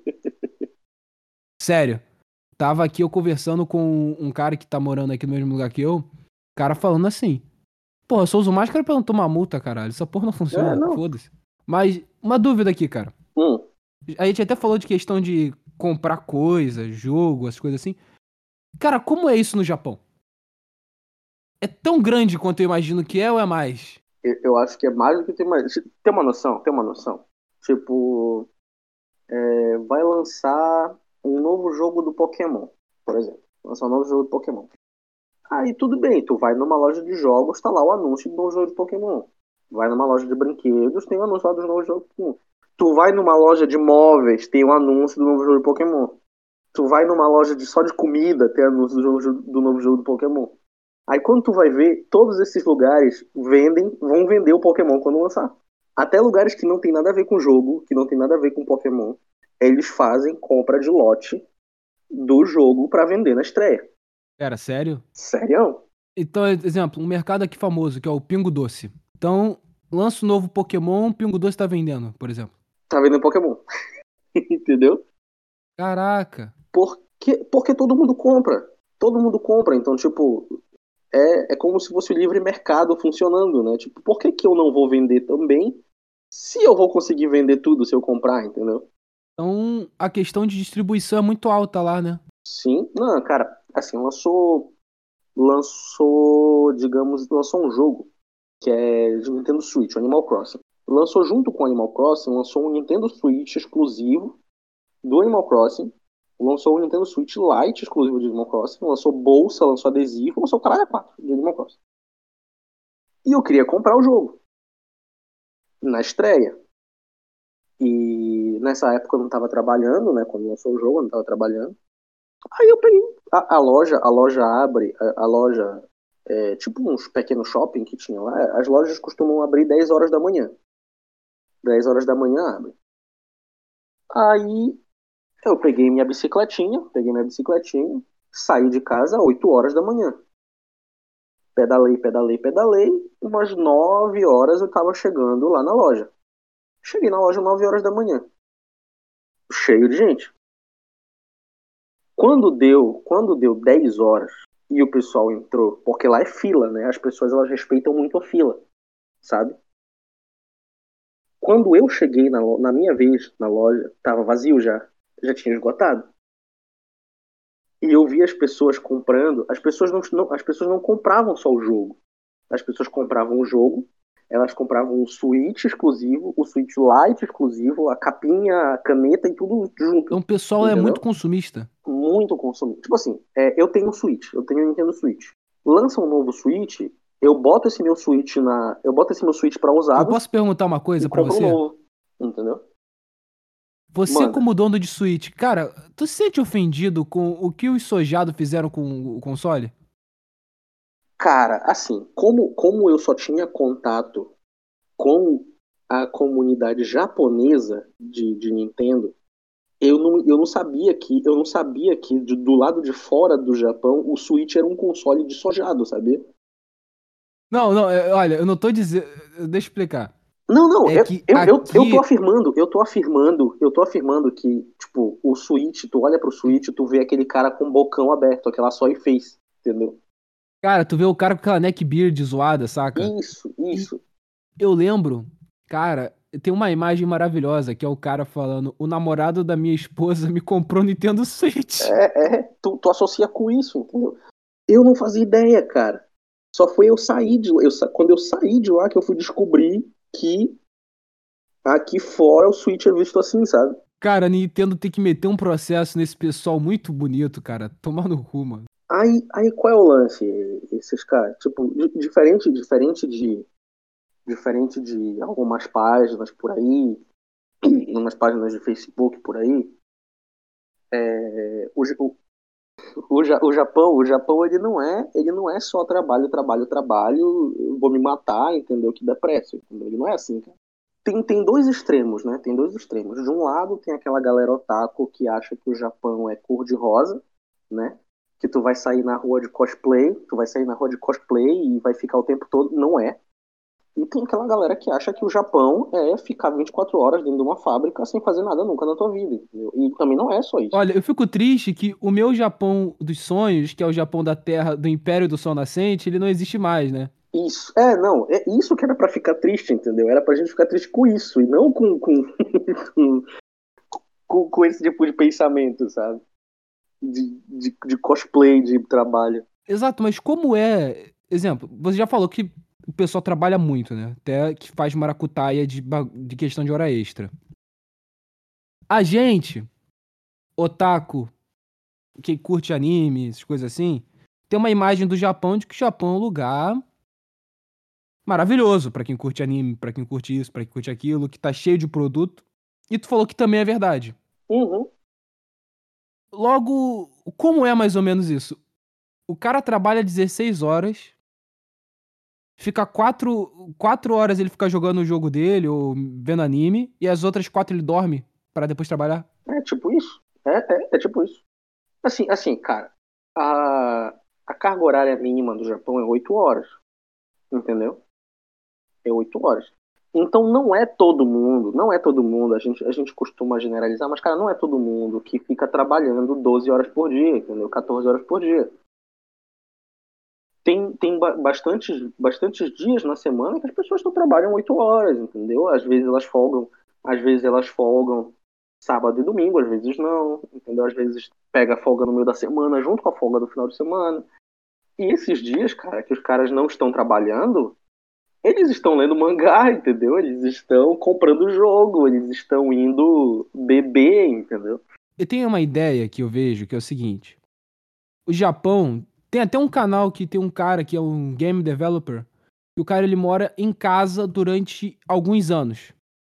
Sério. Tava aqui eu conversando com um cara que tá morando aqui no mesmo lugar que eu. O cara falando assim: Porra, eu só uso máscara pra não tomar multa, caralho. Essa porra não É, funciona. não. Foda-se. Mas, uma dúvida aqui, cara. Hum, A gente até falou de questão de comprar coisa, jogo, as coisas assim. Cara, como é isso no Japão? É tão grande quanto eu imagino que é ou é mais? eu, eu acho que é mais do que tem mais. Tem uma noção? Tem uma noção? Tipo, é, vai lançar um novo jogo do Pokémon, por exemplo. Lançar um novo jogo do Pokémon. Aí tudo bem, tu vai numa loja de jogos, tá lá o anúncio do novo jogo de Pokémon. Vai numa loja de brinquedos, tem o anúncio lá dos novos jogos de Pokémon. Tu vai numa loja de móveis, tem o anúncio do novo jogo de Pokémon. Tu vai numa loja de, só de comida, tem anúncio do, jogo, do novo jogo do Pokémon. Aí quando tu vai ver, todos esses lugares vendem, vão vender o Pokémon quando lançar. Até lugares que não tem nada a ver com o jogo, que não tem nada a ver com Pokémon, eles fazem compra de lote do jogo pra vender na estreia. Cara, sério? Sério? Então, exemplo, um mercado aqui famoso, que é o Pingo Doce. Então, lança um novo Pokémon, o Pingo Doce tá vendendo, por exemplo. Tá vendendo Pokémon. Entendeu? Caraca. Porque, porque todo mundo compra. Todo mundo compra. Então, tipo, é, é como se fosse o livre mercado funcionando, né? Tipo, por que, que eu não vou vender também se eu vou conseguir vender tudo se eu comprar, entendeu? Então, a questão de distribuição é muito alta lá, né? Sim. Não, cara, assim, lançou. Lançou, digamos, lançou um jogo que é de Nintendo Switch, o Animal Crossing. Lançou junto com o Animal Crossing, lançou um Nintendo Switch exclusivo do Animal Crossing. Lançou o Nintendo Switch Lite exclusivo de Animal Crossing. Lançou bolsa, lançou adesivo, lançou o caralho a quatro de Animal Crossing. E eu queria comprar o jogo na estreia. E nessa época eu não estava trabalhando, né? Quando lançou o jogo, eu não estava trabalhando. Aí eu peguei. A, a loja, a loja abre, a, a loja, é, tipo uns pequenos shopping que tinha lá, as lojas costumam abrir dez horas da manhã. dez horas da manhã abre. Aí eu peguei minha bicicletinha, peguei minha bicicletinha, saí de casa às oito horas da manhã. Pedalei, pedalei, pedalei. Umas nove horas eu tava chegando lá na loja. Cheguei na loja nove horas da manhã. Cheio de gente. Quando deu, quando deu dez horas e o pessoal entrou, porque lá é fila, né? As pessoas elas respeitam muito a fila, sabe? Quando eu cheguei na, na minha vez na loja, tava vazio já, já tinha esgotado. E eu vi as pessoas comprando, as pessoas não, não, as pessoas não compravam só o jogo. As pessoas compravam o jogo, elas compravam o Switch exclusivo, o Switch Lite exclusivo, a capinha, a caneta e tudo junto. Então, o pessoal é Entendeu? muito consumista. Muito consumista. Tipo assim, é, eu tenho um Switch, eu tenho um Nintendo Switch. Lança um novo Switch, eu boto esse meu Switch na, eu boto esse meu Switch para usar. Eu posso perguntar uma coisa e pra compro você? um novo, entendeu? Você, Manda. como dono de Switch, cara, tu se sente ofendido com o que os sojados fizeram com o console? Cara, assim, como, como eu só tinha contato com a comunidade japonesa de, de Nintendo, eu não, eu não sabia que eu não sabia que de- do lado de fora do Japão o Switch era um console de sojado, sabia? Não, não, é, olha, eu não tô dizendo. Deixa eu explicar. Não, não, É eu, que eu, eu, eu tô aqui. afirmando, eu tô afirmando, eu tô afirmando que, tipo, o Switch, tu olha pro Switch, tu vê aquele cara com o bocão aberto, aquela só e fez, entendeu? Cara, tu vê o cara com aquela neckbeard zoada, saca? Isso, E isso. eu lembro, cara, tem uma imagem maravilhosa que é o cara falando: o namorado da minha esposa me comprou Nintendo Switch. É, é tu, tu associa com isso, entendeu? Eu não fazia ideia, cara. Só foi eu sair de lá, eu, quando eu saí de lá que eu fui descobrir que aqui fora o Switch é visto assim, sabe? Cara, a Nintendo tem que meter um processo nesse pessoal muito bonito, cara. Tomar no cu, mano. Aí, aí qual é o lance, esses caras? Tipo, diferente, diferente de diferente de algumas páginas por aí, umas páginas de Facebook por aí, é, o, o, o, o Japão, o Japão ele não é, ele não é só trabalho, trabalho, trabalho, eu vou me matar, entendeu? Que depressa, entendeu? Ele não é assim, cara. Tem, tem dois extremos, né? Tem dois extremos. De um lado tem aquela galera otaku que acha que o Japão é cor-de-rosa, né? Que tu vai sair na rua de cosplay, tu vai sair na rua de cosplay e vai ficar o tempo todo. Não é. E tem aquela galera que acha que o Japão é ficar vinte e quatro horas dentro de uma fábrica sem fazer nada nunca na tua vida, entendeu? E também não é só isso. Olha, eu fico triste que o meu Japão dos sonhos, que é o Japão da Terra, do Império do Sol Nascente, ele não existe mais, né? Isso, é, não, é isso que era pra ficar triste, entendeu? Era pra gente ficar triste com isso, e não com, com, com, com, com esse tipo de pensamento, sabe? De, de, de cosplay, de trabalho. Exato, mas como é... Exemplo, você já falou que o pessoal trabalha muito, né? Até que faz maracutaia de, ba- de questão de hora extra. A gente, otaku, que curte anime, essas coisas assim, tem uma imagem do Japão de que o Japão é um lugar maravilhoso pra quem curte anime, pra quem curte isso, pra quem curte aquilo, que tá cheio de produto. E tu falou que também é verdade. Uhum. Logo, como é mais ou menos isso? O cara trabalha dezesseis horas, fica quatro quatro horas ele fica jogando o jogo dele ou vendo anime, e as outras quatro ele dorme pra depois trabalhar. É tipo isso. É, é, é tipo isso. Assim, assim, cara, a, a carga horária mínima do Japão é oito horas, entendeu? É oito horas. Então não é todo mundo, não é todo mundo, a gente, a gente costuma generalizar, mas, cara, não é todo mundo que fica trabalhando doze horas por dia, entendeu? quatorze horas por dia. Tem, tem ba- bastantes, bastantes dias na semana que as pessoas não trabalham oito horas, entendeu? Às vezes elas folgam, às vezes elas folgam sábado e domingo, às vezes não, entendeu? Às vezes pega a folga no meio da semana junto com a folga do final de semana. E esses dias, cara, que os caras não estão trabalhando, eles estão lendo mangá, entendeu? Eles estão comprando jogo, eles estão indo beber, entendeu? Eu tenho uma ideia que eu vejo que é o seguinte: o Japão tem até um canal que tem um cara que é um game developer, e o cara ele mora em casa durante alguns anos.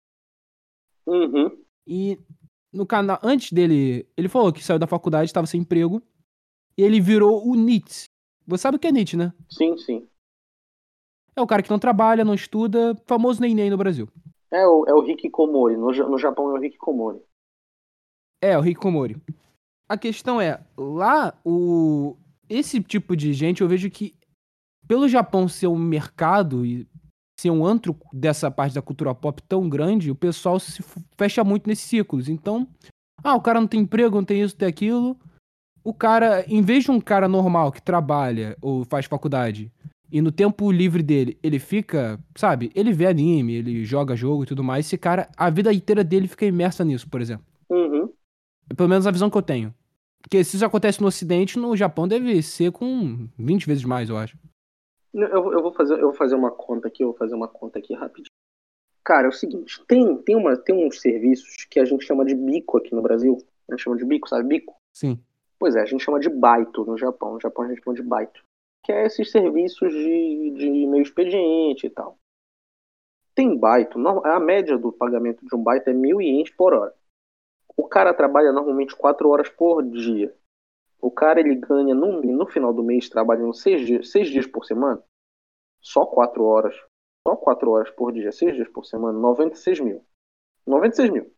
Uhum, E no canal, antes dele, ele falou que saiu da faculdade, estava sem emprego, e ele virou o NEET. Você sabe o que é NEET, né? sim, sim. É o cara que não trabalha, não estuda, famoso neném no Brasil. É o, é o Hikikomori, no, Ja- no Japão é o Hikikomori. É, o Hikikomori. A questão é, lá, o esse tipo de gente, eu vejo que, pelo Japão ser um mercado e ser um antro dessa parte da cultura pop tão grande, o pessoal se f- fecha muito nesses ciclos. Então, ah, o cara não tem emprego, não tem isso, tem aquilo. O cara, em vez de um cara normal que trabalha ou faz faculdade e no tempo livre dele ele fica, sabe, ele vê anime, ele joga jogo e tudo mais, esse cara, a vida inteira dele fica imersa nisso, por exemplo. Uhum. É pelo menos a visão que eu tenho. Porque se isso acontece no Ocidente, no Japão deve ser com vinte vezes mais, eu acho. Eu, eu vou fazer, eu vou fazer uma conta aqui, eu vou fazer uma conta aqui rapidinho. Cara, é o seguinte, tem, tem, uma, tem uns serviços que a gente chama de bico aqui no Brasil. A gente chama de bico, sabe? Bico. Sim. Pois é, a gente chama de baito no Japão. No Japão a gente chama de baito. Que é esses serviços de, de meio expediente e tal. Tem baito, não, a média do pagamento de um baito é mil ienes por hora. O cara trabalha normalmente quatro horas por dia. O cara ele ganha no, no final do mês trabalhando seis dias, seis dias por semana, só quatro horas. Só quatro horas por dia, seis dias por semana, noventa e seis mil. noventa e seis mil,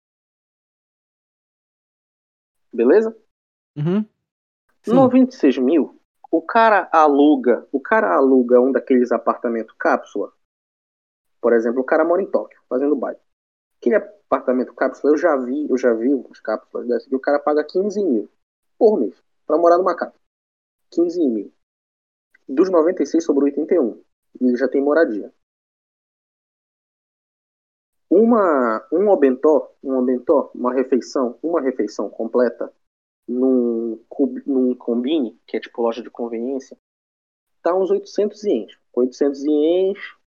beleza? Uhum. Sim. noventa e seis mil, o cara aluga, o cara aluga um daqueles apartamentos cápsula. Por exemplo, o cara mora em Tóquio, fazendo baile. Aquele apartamento cápsula, eu já vi, eu já vi umas cápsulas dessas que o cara paga quinze mil por mês pra morar numa cápsula. quinze mil. Dos noventa e seis sobrou oitenta e um. E ele já tem moradia. Uma, um obentó, um obentó, uma refeição, uma refeição completa num, cub- num combine, que é tipo loja de conveniência, tá uns oitocentos ienes. oitocentos ienes,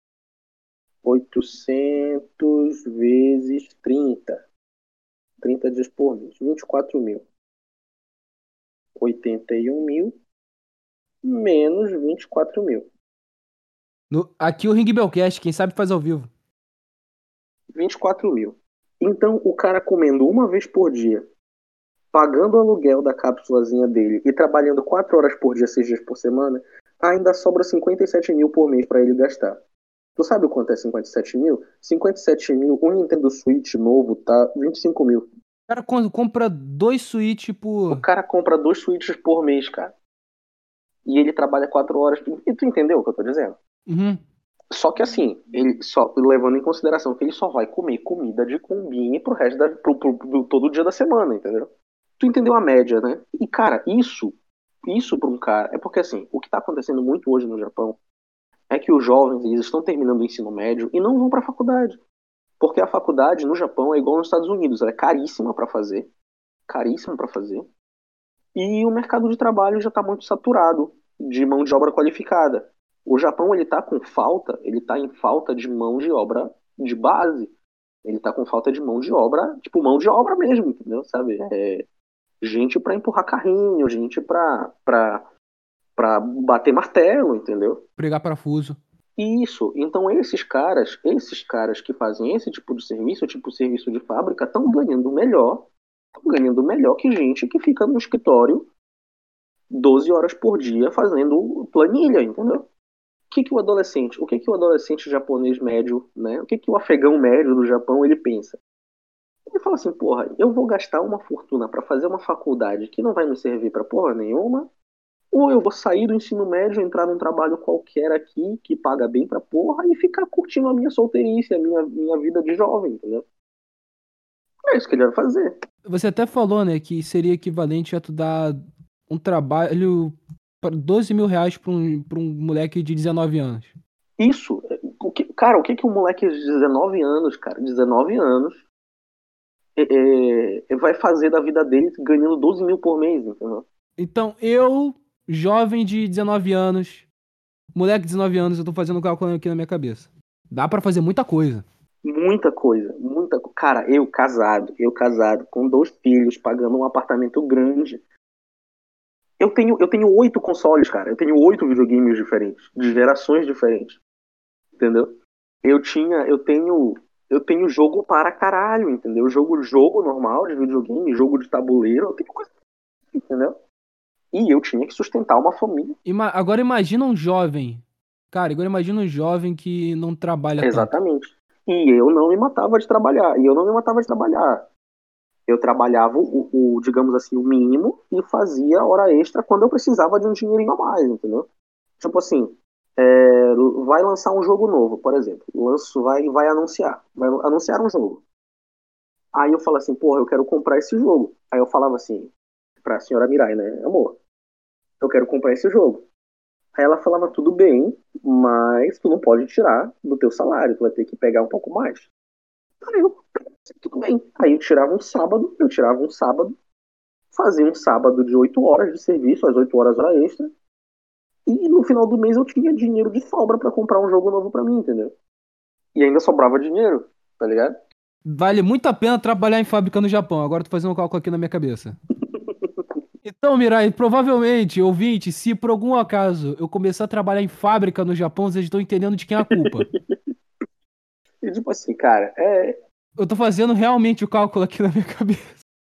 oitocentos vezes trinta. trinta dias por mês, vinte e quatro mil. oitenta e um mil menos vinte e quatro mil. No- aqui o Ring Bellcast, quem sabe faz ao vivo. vinte e quatro mil. Então, o cara comendo uma vez por dia, pagando o aluguel da cápsulazinha dele e trabalhando quatro horas por dia, seis dias por semana, ainda sobra cinquenta e sete mil por mês para ele gastar. Tu sabe o quanto é cinquenta e sete mil? cinquenta e sete mil, um Nintendo Switch novo tá vinte e cinco mil. O cara com- compra dois Switch O por... cara compra dois Switches por mês, cara. E ele trabalha quatro horas. E tu entendeu o que eu tô dizendo? Uhum. Só que assim, ele só levando em consideração que ele só vai comer comida de combine pro resto da, pro, pro, pro- todo dia da semana, entendeu? Tu entendeu a média, né? E cara, isso, isso para um cara, é porque assim, o que tá acontecendo muito hoje no Japão é que os jovens, eles estão terminando o ensino médio e não vão pra faculdade. Porque a faculdade no Japão é igual nos Estados Unidos, ela é caríssima para fazer, caríssima para fazer. E o mercado de trabalho já está muito saturado de mão de obra qualificada. O Japão ele está com falta, ele está em falta de mão de obra de base. Ele está com falta de mão de obra, tipo mão de obra mesmo, entendeu? Sabe? É, gente para empurrar carrinho, gente para para para bater martelo, entendeu? Pregar parafuso. Isso. Então esses caras, esses caras que fazem esse tipo de serviço, tipo serviço de fábrica, estão ganhando melhor, estão ganhando melhor que gente que fica no escritório doze horas por dia fazendo planilha, entendeu? O que que o adolescente, o que que o adolescente japonês médio, né? O que que o afegão médio do Japão ele pensa? Ele fala assim, porra, eu vou gastar uma fortuna para fazer uma faculdade que não vai me servir para porra nenhuma, ou eu vou sair do ensino médio, entrar num trabalho qualquer aqui que paga bem pra porra e ficar curtindo a minha solteirice, a minha, minha vida de jovem, entendeu? É isso que ele vai fazer. Você até falou, né, que seria equivalente a tu dar um trabalho para doze mil reais pra um, pra um moleque de dezenove anos. Isso, o que, cara, o que que um moleque de dezenove anos, cara, dezenove anos, é, é, vai fazer da vida dele ganhando doze mil por mês, entendeu? Então, eu, jovem de dezenove anos, moleque de dezenove anos, eu tô fazendo um cálculo aqui na minha cabeça. Dá pra fazer muita coisa. Muita coisa, muita co- Cara, eu casado, eu casado, com dois filhos, pagando um apartamento grande. Eu tenho, eu tenho oito consoles, cara. Eu tenho oito videogames diferentes, de gerações diferentes, entendeu? Eu tinha, eu tenho, eu tenho jogo para caralho, entendeu? Jogo, jogo normal de videogame, jogo de tabuleiro, eu tenho coisa, entendeu? E eu tinha que sustentar uma família. Ima- agora imagina um jovem. Cara, agora imagina um jovem que não trabalha tanto. Exatamente. E eu não me matava de trabalhar. E eu não me matava de trabalhar. Eu trabalhava o, o, digamos assim, o mínimo e fazia hora extra quando eu precisava de um dinheirinho a mais, entendeu? Tipo assim, é, vai lançar um jogo novo, por exemplo. Lanço, vai, vai anunciar. Vai anunciar um jogo. Aí eu falo assim, porra, eu quero comprar esse jogo. Aí eu falava assim, pra senhora Mirai, né? Amor, eu quero comprar esse jogo. Aí ela falava, tudo bem, mas tu não pode tirar do teu salário, tu vai ter que pegar um pouco mais. Aí eu, tudo bem. Aí eu tirava um sábado, eu tirava um sábado, fazia um sábado de oito horas de serviço, às oito horas hora extra, e no final do mês eu tinha dinheiro de sobra pra comprar um jogo novo pra mim, entendeu? E ainda sobrava dinheiro, tá ligado? Vale muito a pena trabalhar em fábrica no Japão. Agora eu tô fazendo um cálculo aqui na minha cabeça. Então, Mirai, provavelmente, ouvinte, se por algum acaso eu começar a trabalhar em fábrica no Japão, vocês estão entendendo de quem é a culpa. E tipo assim, cara, é. Eu tô fazendo realmente o cálculo aqui na minha cabeça.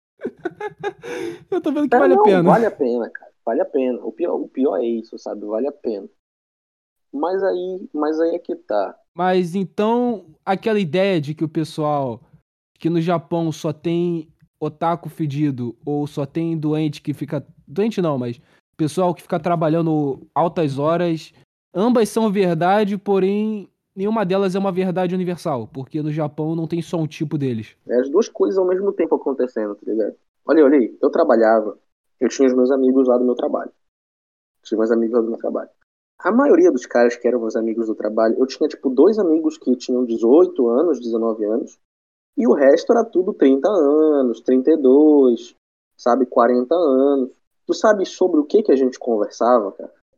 Eu tô vendo que É, vale a não, pena. vale a pena, cara. Vale a pena. O pior, o pior é isso, sabe? Vale a pena. Mas aí, mas aí é que tá. Mas então, aquela ideia de que o pessoal que no Japão só tem otaku fedido ou só tem doente que fica. Doente não, mas pessoal que fica trabalhando altas horas, ambas são verdade, porém nenhuma delas é uma verdade universal, porque no Japão não tem só um tipo deles. É as duas coisas ao mesmo tempo acontecendo, tá ligado? Olha, olha aí, eu trabalhava, eu tinha os meus amigos lá do meu trabalho. Tinha meus amigos lá do meu trabalho. A maioria dos caras que eram meus amigos do trabalho, eu tinha, tipo, dois amigos que tinham dezoito anos, dezenove anos, e o resto era tudo trinta anos, trinta e dois, sabe, quarenta anos. Tu sabe sobre o que que a gente conversava, cara?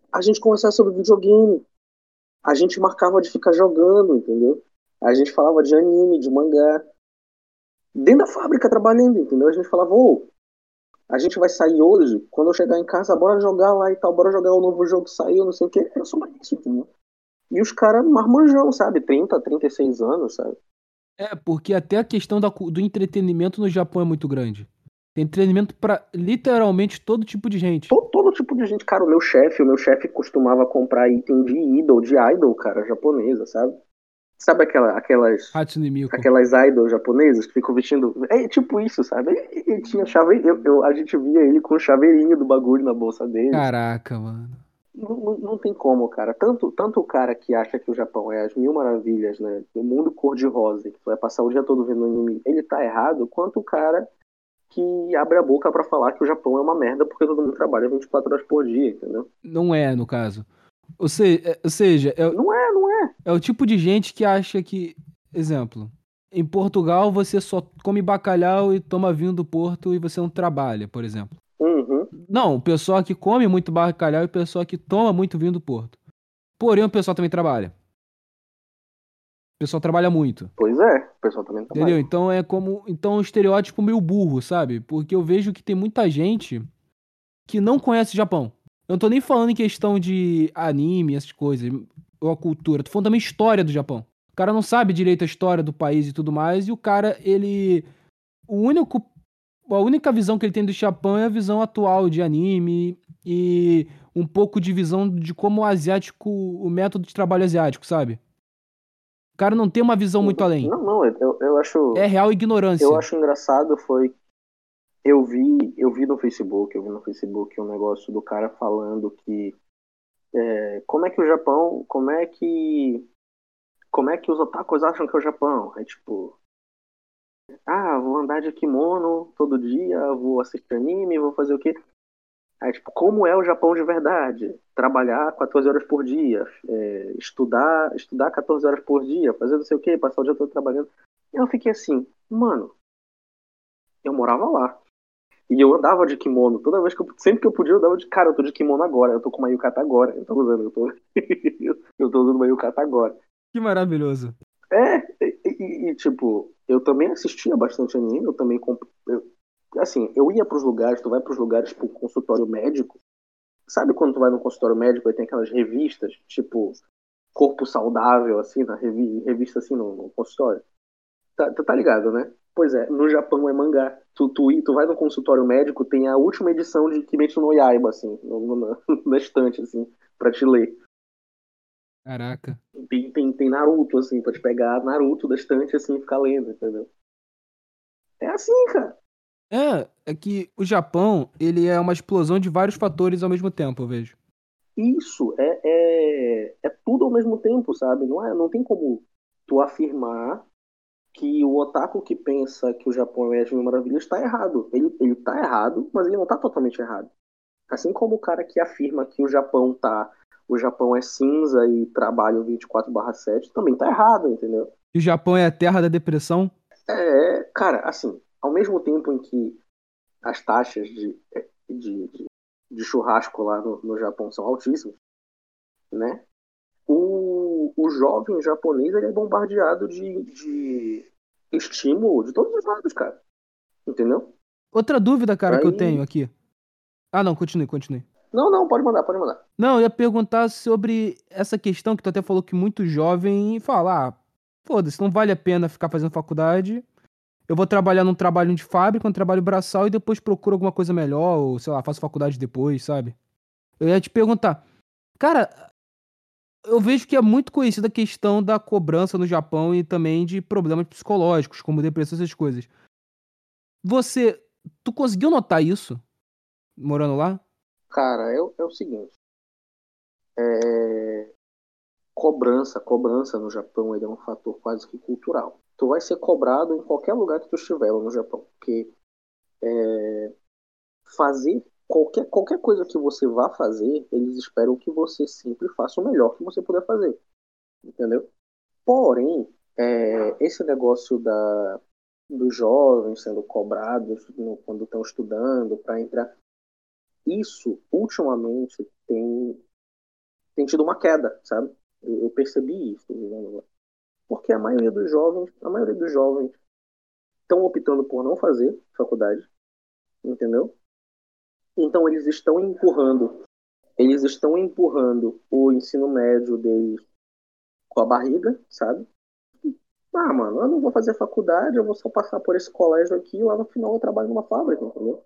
A gente conversava sobre videogame. A gente marcava de ficar jogando, entendeu? A gente falava de anime, de mangá. Dentro da fábrica trabalhando, entendeu? A gente falava, ô, a gente vai sair hoje, quando eu chegar em casa, bora jogar lá e tal, bora jogar o novo jogo que saiu, não sei o que. Era sobre isso, entendeu? E os caras marmanjão, sabe? trinta, trinta e seis anos, sabe? É, porque até a questão da cu- do entretenimento no Japão é muito grande. Tem entretenimento pra literalmente todo tipo de gente. Todo, todo tipo de gente. Cara, o meu chefe, o meu chefe costumava comprar item de idol, de idol, cara, japonesa, sabe? Sabe aquela, aquelas, Hatsune Miku. aquelas idols japonesas que ficam vestindo. É tipo isso, sabe? E, e tinha chave. Eu, eu- a gente via ele com o chaveirinho do bagulho na bolsa dele. Caraca, mano. Não, não, não tem como, cara. Tanto, tanto o cara que acha que o Japão é as mil maravilhas, né? O mundo cor-de-rosa, que tu vai passar o dia todo vendo anime, ele tá errado, quanto o cara que abre a boca pra falar que o Japão é uma merda porque todo mundo trabalha vinte e quatro horas por dia, entendeu? Não é, no caso. Ou, se- é- ou seja, é, Não é, não é. é o tipo de gente que acha que. Exemplo. Em Portugal você só come bacalhau e toma vinho do Porto e você não trabalha, por exemplo. Uhum. Não, o pessoal que come muito bacalhau e o pessoal que toma muito vinho do Porto. Porém, o pessoal também trabalha. O pessoal trabalha muito. Pois é, o pessoal também Entendeu? trabalha. Então é como. Então é um estereótipo meio burro, sabe? Porque eu vejo que tem muita gente que não conhece o Japão. Eu não tô nem falando em questão de anime, essas coisas, ou a cultura. Tô falando também história do Japão. O cara não sabe direito a história do país e tudo mais, e o cara, ele. O único. A única visão que ele tem do Japão é a visão atual de anime e um pouco de visão de como o asiático. O método de trabalho asiático, sabe? O cara não tem uma visão muito além. Não, não, eu, eu É acho. real Eu ignorância. acho engraçado foi. Eu vi, eu vi no Facebook, eu vi no Facebook um negócio do cara falando que é, como é que o Japão, como é que como é que os otakus acham que é o Japão? É tipo, ah, vou andar de kimono todo dia, vou assistir anime, vou fazer o quê? Aí, tipo, como é o Japão de verdade? Trabalhar quatorze horas por dia, é, estudar, estudar quatorze horas por dia, fazer não sei o quê, passar o dia todo trabalhando. E eu fiquei assim, mano, eu morava lá. E eu andava de kimono. Toda vez que eu, sempre que eu podia, eu andava de cara, eu tô de kimono agora, eu tô com uma yukata agora. Eu tô usando, eu tô, eu tô usando uma yukata agora. Que maravilhoso. É, e, e- e, tipo, eu também assistia bastante anime, eu também comp... eu, assim, eu ia pros lugares, tu vai pros lugares pro consultório médico. Sabe quando tu vai no consultório médico e tem aquelas revistas, tipo, corpo saudável, assim, na revi... revista assim no, no consultório? Tá, tu tá ligado, né? Pois é, no Japão é mangá. Tu, tu, tu vai no consultório médico, tem a última edição de Kimetsu no Yaiba, assim, no, no, na, na estante, assim, pra te ler. Caraca. Tem, tem, tem Naruto, assim, pra te pegar Naruto da estante, assim, e ficar lendo, entendeu? É assim, cara. É, é que o Japão, ele é uma explosão de vários fatores ao mesmo tempo, eu vejo. Isso é, é, é tudo ao mesmo tempo, sabe? Não, é, não tem como tu afirmar que o otaku que pensa que o Japão é as mil maravilhas está errado. Ele, ele tá errado, mas ele não tá totalmente errado. Assim como o cara que afirma que o Japão tá, o Japão é cinza e trabalha o vinte e quatro barra sete, também tá errado, entendeu? E o Japão é a terra da depressão. É, cara, assim, ao mesmo tempo em que as taxas de, de, de, de churrasco lá no, no Japão são altíssimas, né? O, o jovem japonês ele é bombardeado de, de estímulo de todos os lados, cara. Entendeu? Outra dúvida, cara, que eu Aí. tenho aqui. Ah, não, continue, continue. Não, não, pode mandar, pode mandar. Não, eu ia perguntar sobre essa questão que tu até falou que muito jovem fala, ah, foda-se, não vale a pena ficar fazendo faculdade. Eu vou trabalhar num trabalho de fábrica, um trabalho braçal e depois procuro alguma coisa melhor, ou sei lá, faço faculdade depois, sabe? Eu ia te perguntar, cara, eu vejo que é muito conhecida a questão da cobrança no Japão e também de problemas psicológicos, como depressão, essas coisas. Você, tu conseguiu notar isso morando lá? Cara, é, o- é o seguinte. É, cobrança, cobrança no Japão ele é um fator quase que cultural. Tu vai ser cobrado em qualquer lugar que tu estiver lá no Japão. Porque fazer qualquer, qualquer coisa que você vá fazer, eles esperam que você sempre faça o melhor que você puder fazer. Entendeu? Porém, é, esse negócio da, dos jovens sendo cobrados no- quando estão estudando para entrar, isso ultimamente tem. tem tido uma queda, sabe? Eu, eu percebi isso. Né? Porque a maioria dos jovens, a maioria dos jovens estão optando por não fazer faculdade, entendeu? Então eles estão empurrando, eles estão empurrando o ensino médio deles com a barriga, sabe? Ah, mano, eu não vou fazer faculdade, eu vou só passar por esse colégio aqui e lá no final eu trabalho numa fábrica, entendeu?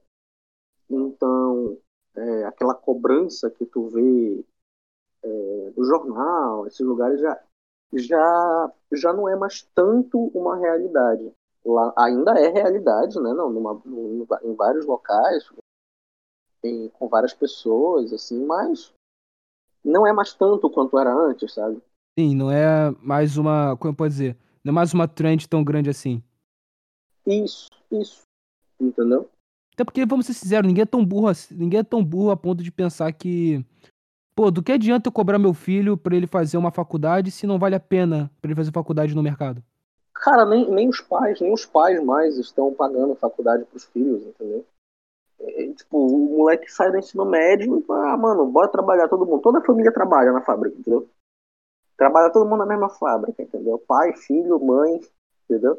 Então, é, aquela cobrança que tu vê é, do jornal, esses lugares já, já, já não é mais tanto uma realidade. Lá ainda é realidade, né? Não, numa, num, em vários locais, em, com várias pessoas, assim, mas não é mais tanto quanto era antes, sabe? Sim, não é mais uma, como eu posso dizer, não é mais uma trend tão grande assim. Isso, isso, entendeu? Até porque, vamos ser sinceros, ninguém é tão burro assim, ninguém é tão burro a ponto de pensar que, pô, do que adianta eu cobrar meu filho pra ele fazer uma faculdade se não vale a pena pra ele fazer faculdade no mercado? Cara, nem, nem os pais, nem os pais mais estão pagando faculdade pros filhos, entendeu? É, tipo, o moleque sai do ensino médio e fala, ah, mano, bora trabalhar todo mundo. Toda a família trabalha na fábrica, entendeu? Trabalha todo mundo na mesma fábrica, entendeu? Pai, filho, mãe, entendeu?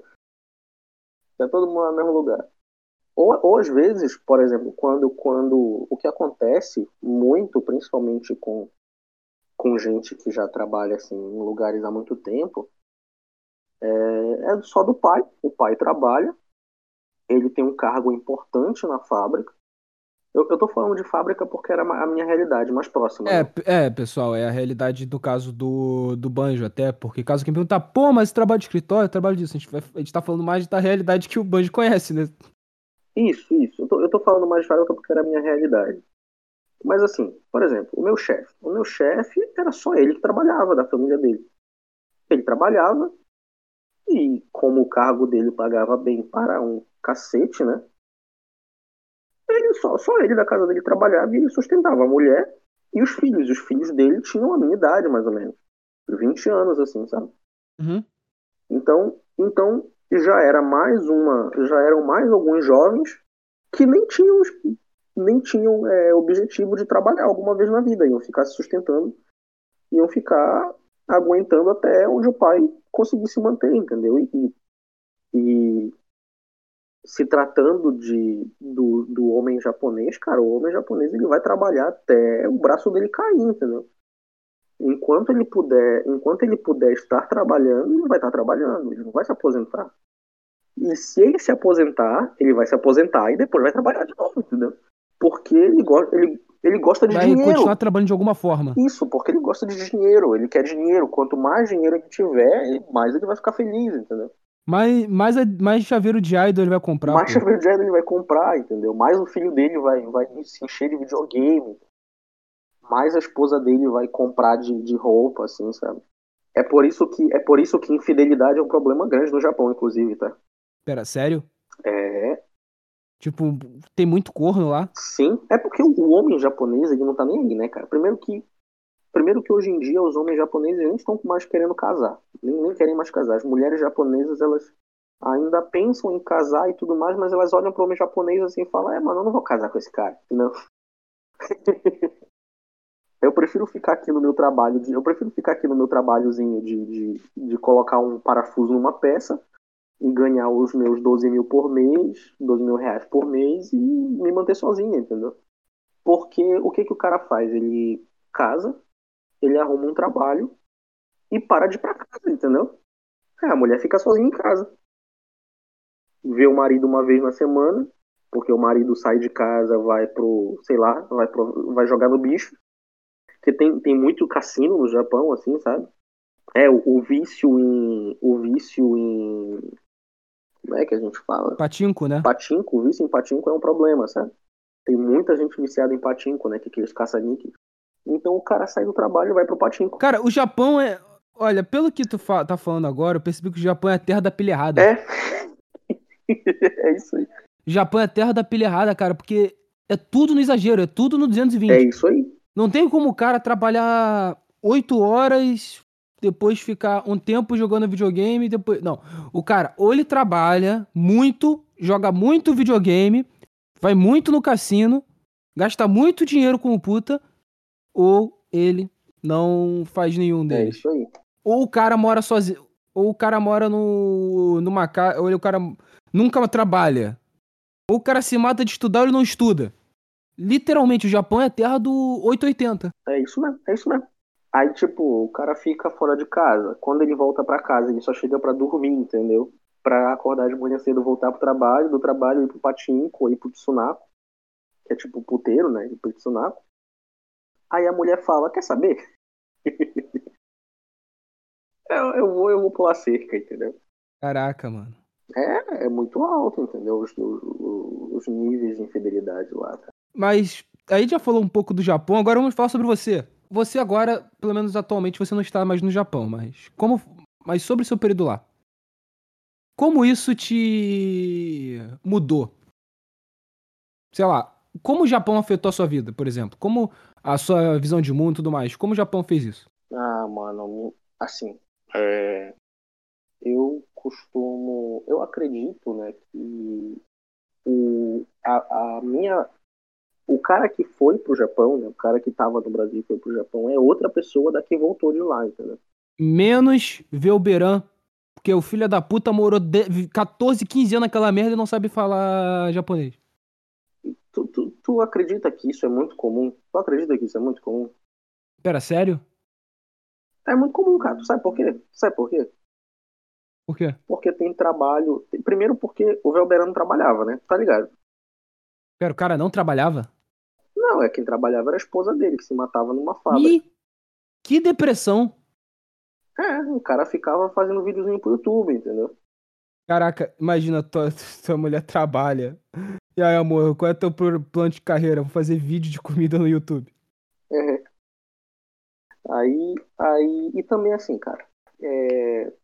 Tá todo mundo no mesmo lugar. Ou, ou às vezes, por exemplo, quando, quando o que acontece muito, principalmente com, com gente que já trabalha assim, em lugares há muito tempo, é, é só do pai. O pai trabalha, ele tem um cargo importante na fábrica. Eu, eu tô falando de fábrica porque era a minha realidade mais próxima, É, né? p- é, pessoal, é a realidade do caso do, do Banjo, até, porque caso quem perguntar, pô, mas esse trabalho de escritório, trabalho disso, a gente, vai, a gente tá falando mais da realidade que o Banjo conhece, né? Isso, isso. Eu tô, eu tô falando mais de fábrica porque era a minha realidade. Mas assim, por exemplo, o meu chefe. O meu chefe era só ele que trabalhava, da família dele. Ele trabalhava e como o cargo dele pagava bem para um cacete, né? Ele só, só ele da casa dele trabalhava e ele sustentava a mulher e os filhos. Os filhos dele tinham a minha idade, mais ou menos. vinte anos, assim, sabe? Uhum. Então, então já era mais uma, já eram mais alguns jovens que nem tinham, nem tinham é, objetivo de trabalhar alguma vez na vida, iam ficar se sustentando, iam ficar aguentando até onde o pai conseguisse manter, entendeu? E, e se tratando de, do, do homem japonês, cara, o homem japonês ele vai trabalhar até o braço dele cair, entendeu? Enquanto ele puder, enquanto ele puder estar trabalhando, ele vai estar trabalhando, ele não vai se aposentar. E se ele se aposentar, ele vai se aposentar e depois vai trabalhar de novo, entendeu? Porque ele gosta, ele, ele gosta de Vai continuar dinheiro. trabalhando de alguma forma. Isso, porque ele gosta de dinheiro, ele quer dinheiro. Quanto mais dinheiro ele tiver, mais ele vai ficar feliz, entendeu? Mais, mais, mais chaveiro de idol ele vai comprar, Mais pô. chaveiro de ele vai comprar, entendeu? Mais o filho dele vai, vai se encher de videogame. Mais a esposa dele vai comprar de, de roupa, assim, sabe? É por isso que é por isso que infidelidade é um problema grande no Japão, inclusive, tá? Pera, sério? É, Tipo, tem muito corno lá? sim, é porque o, o homem japonês, ele não tá nem aí, né, cara? Primeiro que primeiro que hoje em dia os homens japoneses nem estão mais querendo casar, nem, nem querem mais casar. As mulheres japonesas, elas ainda pensam em casar e tudo mais, mas elas olham pro homem japonês assim e falam, é, mano, eu não vou casar com esse cara, não. Eu prefiro ficar aqui no meu trabalho, de, eu prefiro ficar aqui no meu trabalhozinho de, de, de colocar um parafuso numa peça e ganhar os meus doze mil por mês, doze mil reais por mês e me manter sozinho, entendeu? Porque o que que o cara faz? Ele casa, ele arruma um trabalho e para de ir pra casa, entendeu? É, a mulher fica sozinha em casa. Vê o marido uma vez na semana, porque o marido sai de casa, vai pro, sei lá, vai, pro, vai jogar no bicho. Porque tem, tem muito cassino no Japão, assim, sabe? É, o, o vício em. O vício em. Como é que a gente fala? Patinco, né? Patinco, o vício em patinco é um problema, sabe? Tem muita gente viciada em patinco, né? Que é aqueles caça-níqueis. Então o cara sai do trabalho e vai pro patinco. Cara, o Japão é. Olha, pelo que tu fa- tá falando agora, eu percebi que o Japão é a terra da pilha errada. É. É isso aí. O Japão é a terra da pilha errada, cara, porque é tudo no exagero, é tudo no duzentos e vinte. É isso aí. Não tem como o cara trabalhar oito horas, depois ficar um tempo jogando videogame, depois. Não. O cara, ou ele trabalha muito, joga muito videogame, vai muito no cassino, gasta muito dinheiro com puta, ou ele não faz nenhum É deles. isso aí. Ou o cara mora sozinho, ou o cara mora no, numa casa, ou ele- o cara nunca trabalha. Ou o cara se mata de estudar ou ele não estuda. Literalmente, o Japão é a terra do oitocentos e oitenta. É isso mesmo, é isso mesmo. Aí, tipo, o cara fica fora de casa. Quando ele volta pra casa, ele só chega pra dormir, entendeu? Pra acordar de manhã cedo, voltar pro trabalho, do trabalho ir pro patinco, ir pro tsunako, que é tipo puteiro, né? Ir pro tsunako. Aí a mulher fala, quer saber? Eu, eu vou, eu vou pular cerca, entendeu? Caraca, mano. É, é muito alto, entendeu? Os, os, os níveis de infidelidade lá, tá? Mas a gente já falou um pouco do Japão, agora vamos falar sobre você. Você agora, pelo menos atualmente, você não está mais no Japão, mas como, mas sobre o seu período lá. Como isso te mudou? Sei lá, como o Japão afetou a sua vida, por exemplo? Como a sua visão de mundo e tudo mais? Como o Japão fez isso? Ah, mano, assim, é, eu costumo, eu acredito, né, que o, a, a minha, o cara que foi pro Japão, né, o cara que tava no Brasil e foi pro Japão é outra pessoa da que voltou de lá, entendeu? Menos Velberan, porque o filho da puta morou de- catorze, quinze anos naquela merda e não sabe falar japonês. Tu, tu, tu acredita que isso é muito comum? Tu acredita que isso é muito comum? Pera, sério? É muito comum, cara. Tu sabe por quê? Sabe por quê? Por quê? Porque tem trabalho. tem- Primeiro porque o Velberano trabalhava, né? Tá ligado? Pera, o cara não trabalhava? Não, é quem trabalhava era a esposa dele, que se matava numa fábrica. Ih, que depressão. É, o cara ficava fazendo videozinho pro YouTube, entendeu? Caraca, imagina, tua, tua mulher trabalha. E aí, amor, qual é teu pro- plano de carreira? Vou fazer vídeo de comida no YouTube. É. Aí, aí, e também assim, cara, é,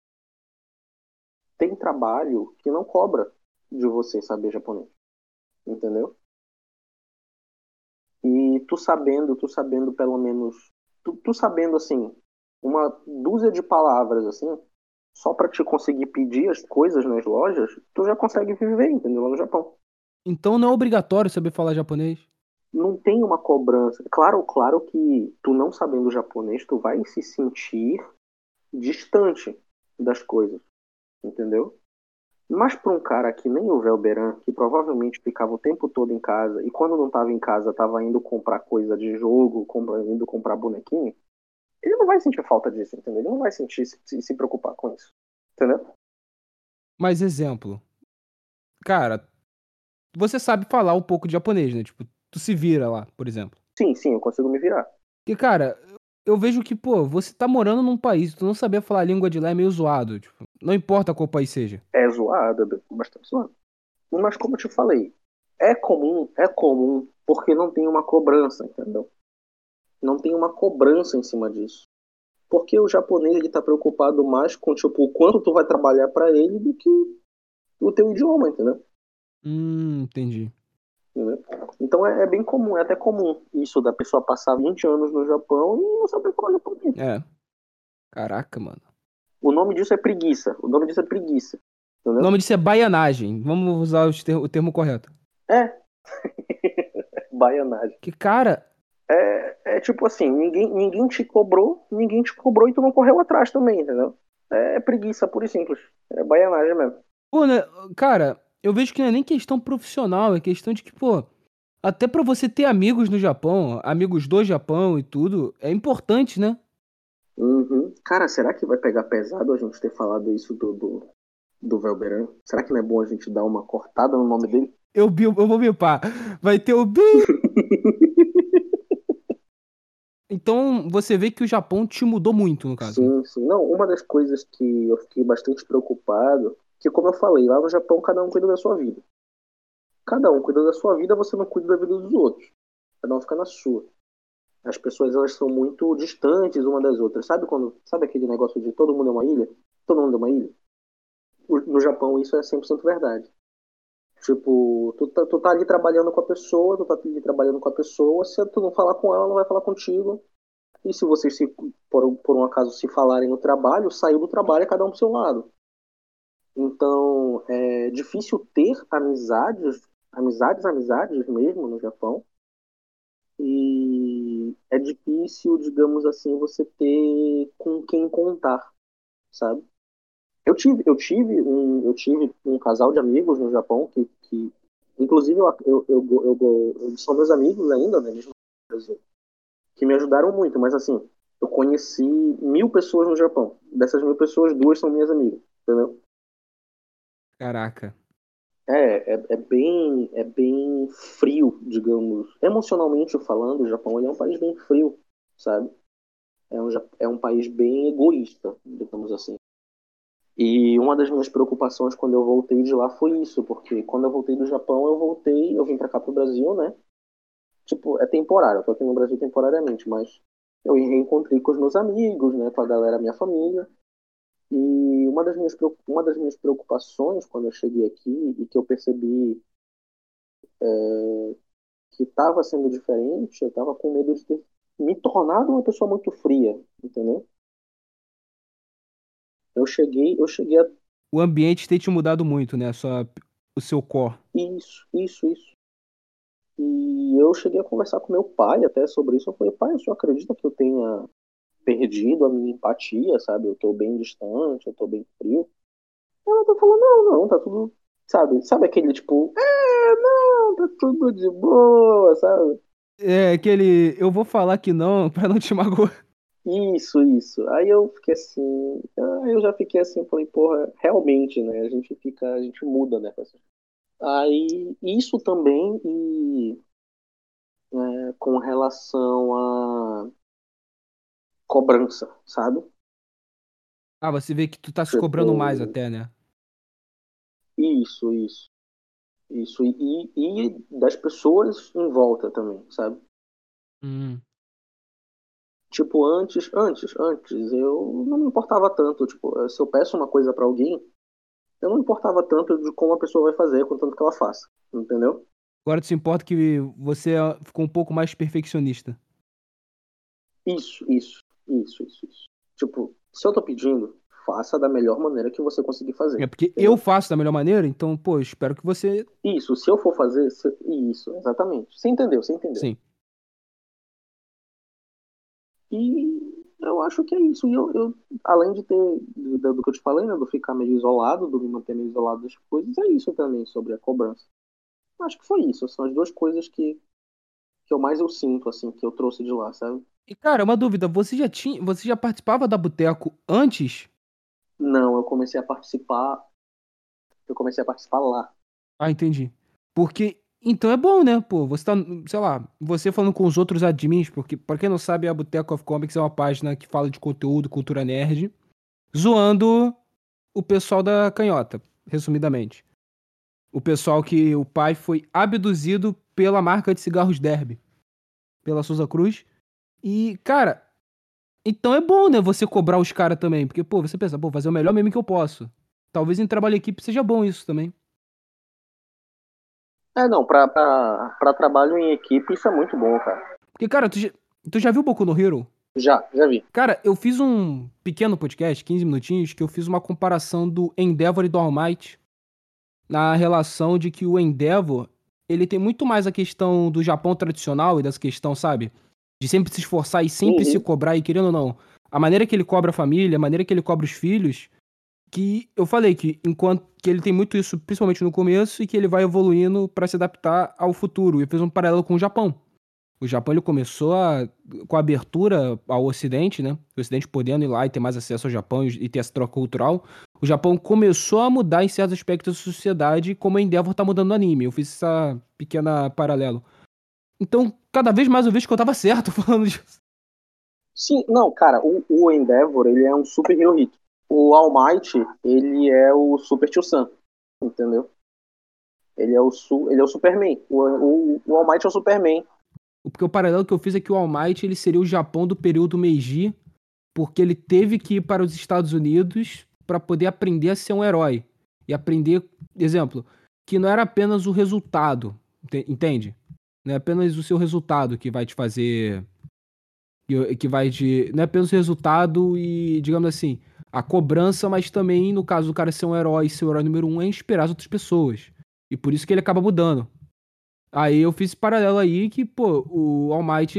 tem trabalho que não cobra de você saber japonês, entendeu? E tu sabendo, tu sabendo pelo menos, tu, tu sabendo assim, uma dúzia de palavras assim, só pra te conseguir pedir as coisas nas lojas, tu já consegue viver, entendeu? Lá no Japão. Então não é obrigatório saber falar japonês. Não tem uma cobrança. Claro, claro que tu não sabendo japonês, tu vai se sentir distante das coisas, entendeu? Mas para um cara que nem o Velberan, que provavelmente ficava o tempo todo em casa, e quando não estava em casa estava indo comprar coisa de jogo, compra- indo comprar bonequinho, ele não vai sentir falta disso, entendeu? Ele não vai sentir se, se preocupar com isso, entendeu? Mas exemplo, cara, você sabe falar um pouco de japonês, né? Tipo, tu se vira lá, por exemplo. Sim, sim, eu consigo me virar. Porque, cara, eu vejo que, pô, você tá morando num país, tu não saber falar a língua de lá é meio zoado. Tipo, não importa qual país seja. É zoado, é bastante zoado. Mas como eu te falei, é comum, é comum, porque não tem uma cobrança, entendeu? Não tem uma cobrança em cima disso. Porque o japonês ele tá preocupado mais com tipo o quanto tu vai trabalhar para ele do que o teu idioma, entendeu? Hum, entendi. Entendeu? Então é, é bem comum, é até comum isso da pessoa passar vinte anos no Japão e não saber falar japonês. É. Caraca, mano. O nome disso é preguiça. O nome disso é preguiça. O Entendeu? nome disso é baianagem. Vamos usar os ter- o termo correto. É. Baianagem. Que, cara, É, é tipo assim, ninguém, ninguém te cobrou, ninguém te cobrou e tu não correu atrás também, entendeu? É preguiça, pura e simples. É baianagem mesmo. pô, né, cara, eu vejo que não é nem questão profissional, é questão de que, pô, até pra você ter amigos no Japão, amigos do Japão e tudo, é importante, né? Uhum. Cara, será que vai pegar pesado a gente ter falado isso do, do, do Velberan? Será que não é bom a gente dar uma cortada no nome dele? Eu, bi- eu vou bipar. Vai ter o bi. Então, você vê que o Japão te mudou muito, no caso, né? Sim, sim. Não, uma das coisas que eu fiquei bastante preocupado, que como eu falei, lá no Japão cada um cuida da sua vida. Cada um cuida da sua vida, você não cuida da vida dos outros. Cada um fica na sua. As pessoas elas são muito distantes uma das outras. Sabe quando, sabe aquele negócio de todo mundo é uma ilha? Todo mundo é uma ilha? O- No Japão isso é cem por cento verdade. Tipo, tu tá, tu tá ali trabalhando com a pessoa, tu tá ali trabalhando com a pessoa, se tu não falar com ela, ela não vai falar contigo. E se vocês, se, por, um- por um acaso, se falarem no trabalho, saiu do trabalho, é cada um pro seu lado. Então, é difícil ter amizades, amizades, amizades mesmo no Japão. E é difícil, digamos assim, você ter com quem contar, sabe? Eu tive, eu tive um, eu tive um casal de amigos no Japão que, que inclusive, eu, eu, eu, eu, eu- eles são meus amigos ainda, né? Mesmo no Brasil, que me ajudaram muito, mas assim, eu conheci mil pessoas no Japão. Dessas mil pessoas, duas são minhas amigas, entendeu? Caraca. É, é, é bem, é bem frio, digamos. Emocionalmente falando, o Japão ele é um país bem frio, sabe? É um, ja- é um país bem egoísta, digamos assim. E uma das minhas preocupações quando eu voltei de lá foi isso, porque quando eu voltei do Japão, eu voltei, eu vim pra cá pro Brasil, né? Tipo, é temporário, eu tô aqui no Brasil temporariamente, mas eu reencontrei com os meus amigos, né? Com a galera, minha família. E uma das minhas, preo- uma das minhas preocupações quando eu cheguei aqui e que eu percebi que estava sendo diferente, eu estava com medo de ter me tornado uma pessoa muito fria, entendeu? Eu cheguei, eu cheguei a O ambiente tem te mudado muito, né? Só o seu core. isso, isso, isso. E eu cheguei a conversar com meu pai até sobre isso. Eu falei, pai, o senhor acredita que eu tenha perdido a minha empatia, sabe? Eu tô bem distante, eu tô bem frio. Ela tá falando, não, não, tá tudo, sabe? Sabe aquele tipo, é, não, tá tudo de boa, sabe? É aquele. Eu vou falar que não pra não te magoar. Isso, isso. Aí eu fiquei assim, aí eu já fiquei assim, falei, porra, realmente, né? A gente fica, a gente muda, né? Aí isso também e é, com relação a cobrança, sabe? Ah, você vê que tu tá se cobrando mais Tipo, até, né? isso, isso, isso. E, e das pessoas em volta também, sabe? Hum. Tipo, antes, antes, antes, eu não me importava tanto. Tipo, se eu peço uma coisa pra alguém, eu não me importava tanto de como a pessoa vai fazer, contanto que ela faça, entendeu? Agora tu se importa que você ficou um pouco mais perfeccionista. Isso, isso, isso, isso, isso. Tipo, se eu tô pedindo, faça da melhor maneira que você conseguir É fazer, porque eu entendeu? faço da melhor maneira, então, pô, espero que você. Isso, se eu for fazer, se- isso, exatamente. Você entendeu, você entendeu. Sim. E eu acho que é isso. E eu, eu além de ter, do, do que eu te falei, né, do ficar meio isolado, do me manter meio isolado das coisas, é isso também sobre a cobrança. Acho que foi isso. São as duas coisas que, que eu mais eu sinto, assim, que eu trouxe de lá, sabe? E, cara, uma dúvida, você já tinha. Você já participava da Boteco antes? Não, eu comecei a participar, eu comecei a participar lá. Ah, entendi. Porque. Então é bom, né? Pô, você tá, sei lá, você falando com os outros admins, porque, pra quem não sabe, a Boteco of Comics é uma página que fala de conteúdo, cultura nerd, zoando o pessoal da canhota, resumidamente. O pessoal que o pai foi abduzido pela marca de cigarros Derby, pela Souza Cruz. E, cara, então é bom, né, você cobrar os caras também. Porque, pô, você pensa, pô, fazer o melhor meme que eu posso. Talvez em trabalho em equipe seja bom isso também. É, não, pra, pra, pra trabalho em equipe, isso é muito bom, cara. Porque, cara, tu já, tu já viu Boku no Hero? Já, já vi. Cara, eu fiz um pequeno podcast, quinze minutinhos, que eu fiz uma comparação do Endeavor e do All Might na relação de que o Endeavor, ele tem muito mais a questão do Japão tradicional e dessa questão, sabe? De sempre se esforçar e sempre se Uhum. cobrar, e querendo ou não, a maneira que ele cobra a família, a maneira que ele cobra os filhos, que eu falei que enquanto que ele tem muito isso, principalmente no começo, e que ele vai evoluindo pra se adaptar ao futuro. E eu fiz um paralelo com o Japão. O Japão ele começou a, com a abertura ao Ocidente, né? O Ocidente podendo ir lá e ter mais acesso ao Japão e ter essa troca cultural. O Japão começou a mudar em certos aspectos da sociedade, como a Endeavor tá mudando no anime. Eu fiz essa pequena paralelo. Então, cada vez mais eu vejo que eu tava certo falando disso. Sim, não, cara, o, o Endeavor, ele é um super Hirohito. O All Might, ele é o Super Tio Sam, entendeu? Ele é o, su, ele é o Superman. O, o, o All Might é o Superman. Porque o paralelo que eu fiz é que o All Might ele seria o Japão do período Meiji, porque ele teve que ir para os Estados Unidos para poder aprender a ser um herói. E aprender, exemplo, que não era apenas o resultado, entende? Não é apenas o seu resultado que vai te fazer. Que, que vai te. Não é apenas o resultado e, digamos assim, a cobrança, mas também, no caso do cara ser um herói, ser o herói número um, é inspirar as outras pessoas. E por isso que ele acaba mudando. Aí eu fiz esse paralelo aí que, pô, o All Might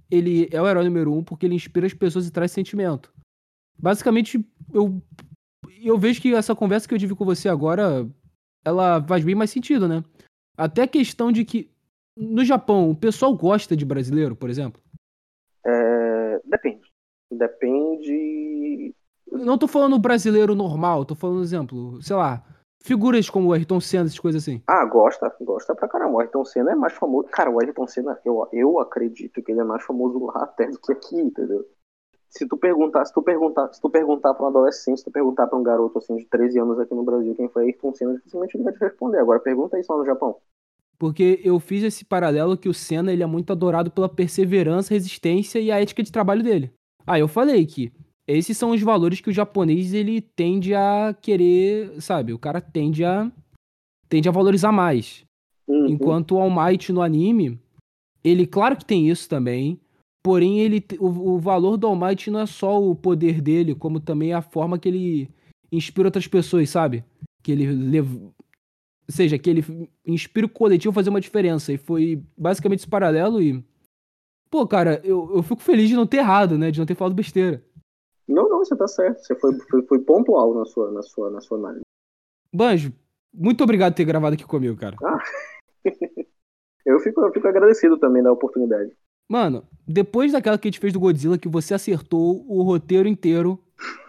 ele é o herói número um porque ele inspira as pessoas e traz sentimento. Basicamente, eu, eu vejo que essa conversa que eu tive com você agora, ela faz bem mais sentido, né? Até a questão de que, no Japão, o pessoal gosta de brasileiro, por exemplo? É, depende. Depende... Eu não tô falando brasileiro normal, tô falando, exemplo, sei lá, figuras como o Ayrton Senna, essas coisas assim. Ah, gosta, gosta pra caramba. O Ayrton Senna é mais famoso. Cara, o Ayrton Senna, eu, eu acredito que ele é mais famoso lá até do que aqui, entendeu? Se tu perguntar, se tu perguntar, se tu perguntar pra um adolescente, se tu perguntar pra um garoto assim de treze anos aqui no Brasil quem foi Ayrton Senna, dificilmente ele vai te responder. Agora pergunta isso lá no Japão. Porque eu fiz esse paralelo que o Senna ele é muito adorado pela perseverança, resistência e a ética de trabalho dele. Ah, eu falei que esses são os valores que o japonês ele tende a querer, sabe? O cara tende a tende a valorizar mais. Uhum. Enquanto o All Might no anime, ele claro que tem isso também, porém ele o, o valor do All Might não é só o poder dele, como também a forma que ele inspira outras pessoas, sabe? Que ele leva, ou seja, que ele inspira o coletivo a fazer uma diferença. E foi basicamente esse paralelo e... Pô, cara, eu, eu fico feliz de não ter errado, né? De não ter falado besteira. Não, não, você tá certo. Você foi, foi, foi pontual na sua, na, sua, na sua análise. Banjo, muito obrigado por ter gravado aqui comigo, cara. Ah, eu, fico, eu fico agradecido também da oportunidade. Mano, depois daquela que a gente fez do Godzilla, que você acertou o roteiro inteiro.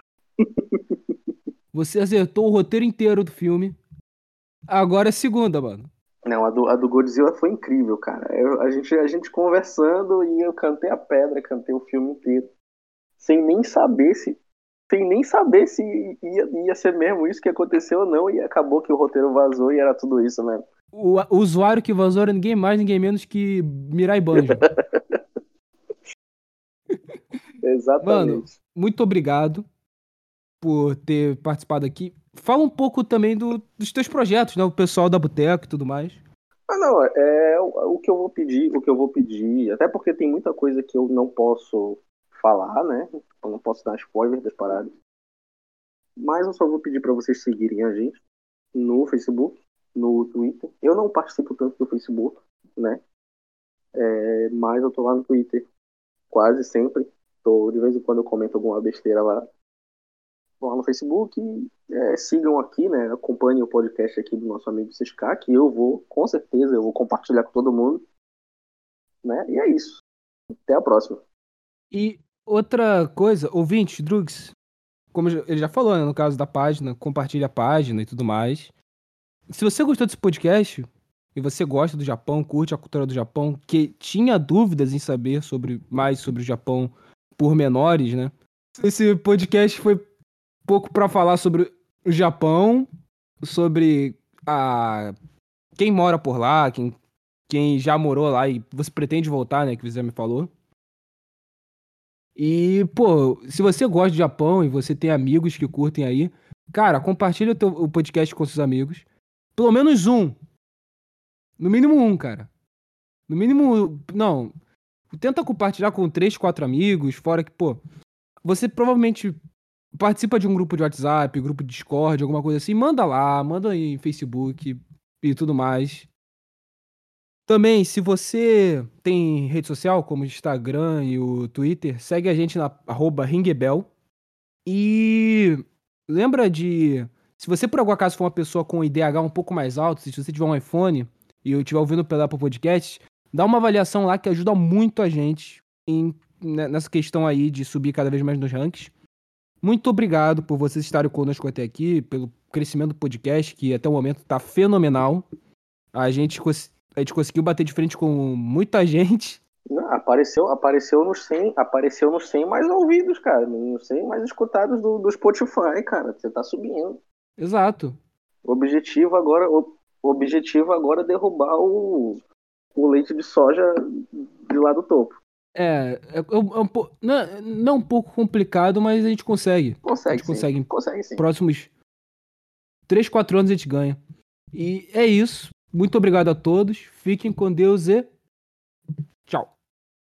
Você acertou o roteiro inteiro do filme. Agora é segunda, mano. Não, a do, a do Godzilla foi incrível, cara. Eu, a, gente, a gente conversando e eu cantei a pedra, cantei o filme inteiro. Sem nem saber se. Sem nem saber se ia, ia ser mesmo isso que aconteceu ou não. E acabou que o roteiro vazou e era tudo isso mesmo. O, o usuário que vazou era ninguém mais, ninguém menos que Mirai Banjo. Exatamente. Mano, muito obrigado por ter participado aqui. Fala um pouco também do, dos teus projetos, né? O pessoal da Boteco e tudo mais. Ah, não, é o, o que eu vou pedir, o que eu vou pedir, até porque tem muita coisa que eu não posso falar, né? Eu não posso dar spoiler das paradas. Mas eu só vou pedir pra vocês seguirem a gente no Facebook, no Twitter. Eu não participo tanto do Facebook, né? É, mas eu tô lá no Twitter quase sempre. Tô, de vez em quando eu comento alguma besteira lá. Vão lá no Facebook, é, sigam aqui, né? Acompanhem o podcast aqui do nosso amigo Ciscar, que eu vou, com certeza, eu vou compartilhar com todo mundo. Né? E é isso. Até a próxima. E outra coisa, ouvinte, Drugs, como ele já falou, né, no caso da página, compartilha a página e tudo mais. Se você gostou desse podcast e você gosta do Japão, curte a cultura do Japão, que tinha dúvidas em saber sobre mais sobre o Japão por menores, né? Esse podcast foi pouco para falar sobre o Japão, sobre a quem mora por lá, quem, quem já morou lá e você pretende voltar, né, que você me falou. E, pô, se você gosta de Japão e você tem amigos que curtem aí, cara, compartilha o, teu, o podcast com seus amigos. Pelo menos um. No mínimo um, cara. No mínimo, não. Tenta compartilhar com três, quatro amigos, fora que, pô, você provavelmente participa de um grupo de WhatsApp, grupo de Discord, alguma coisa assim. Manda lá, manda aí em Facebook e tudo mais. Também, se você tem rede social, como o Instagram e o Twitter, segue a gente na arroba ringbell. E lembra de... Se você por algum acaso for uma pessoa com I D H um pouco mais alto, se você tiver um iPhone e eu estiver ouvindo pela Apple Podcast, dá uma avaliação lá que ajuda muito a gente em, nessa questão aí de subir cada vez mais nos rankings. Muito obrigado por vocês estarem conosco até aqui, pelo crescimento do podcast, que até o momento tá fenomenal. A gente, a gente conseguiu bater de frente com muita gente. Não, apareceu, apareceu nos cem, apareceu nos cem mais ouvidos, cara. Nos cem mais escutados do, do Spotify, cara. Você tá subindo. Exato. O objetivo agora, o, o objetivo agora é derrubar o, o leite de soja de lá do topo. É, é, é, um, é um, não, não um pouco complicado, mas a gente consegue. Consegue, a gente sim. consegue. Consegue sim. Próximos três, quatro anos a gente ganha. E é isso. Muito obrigado a todos. Fiquem com Deus e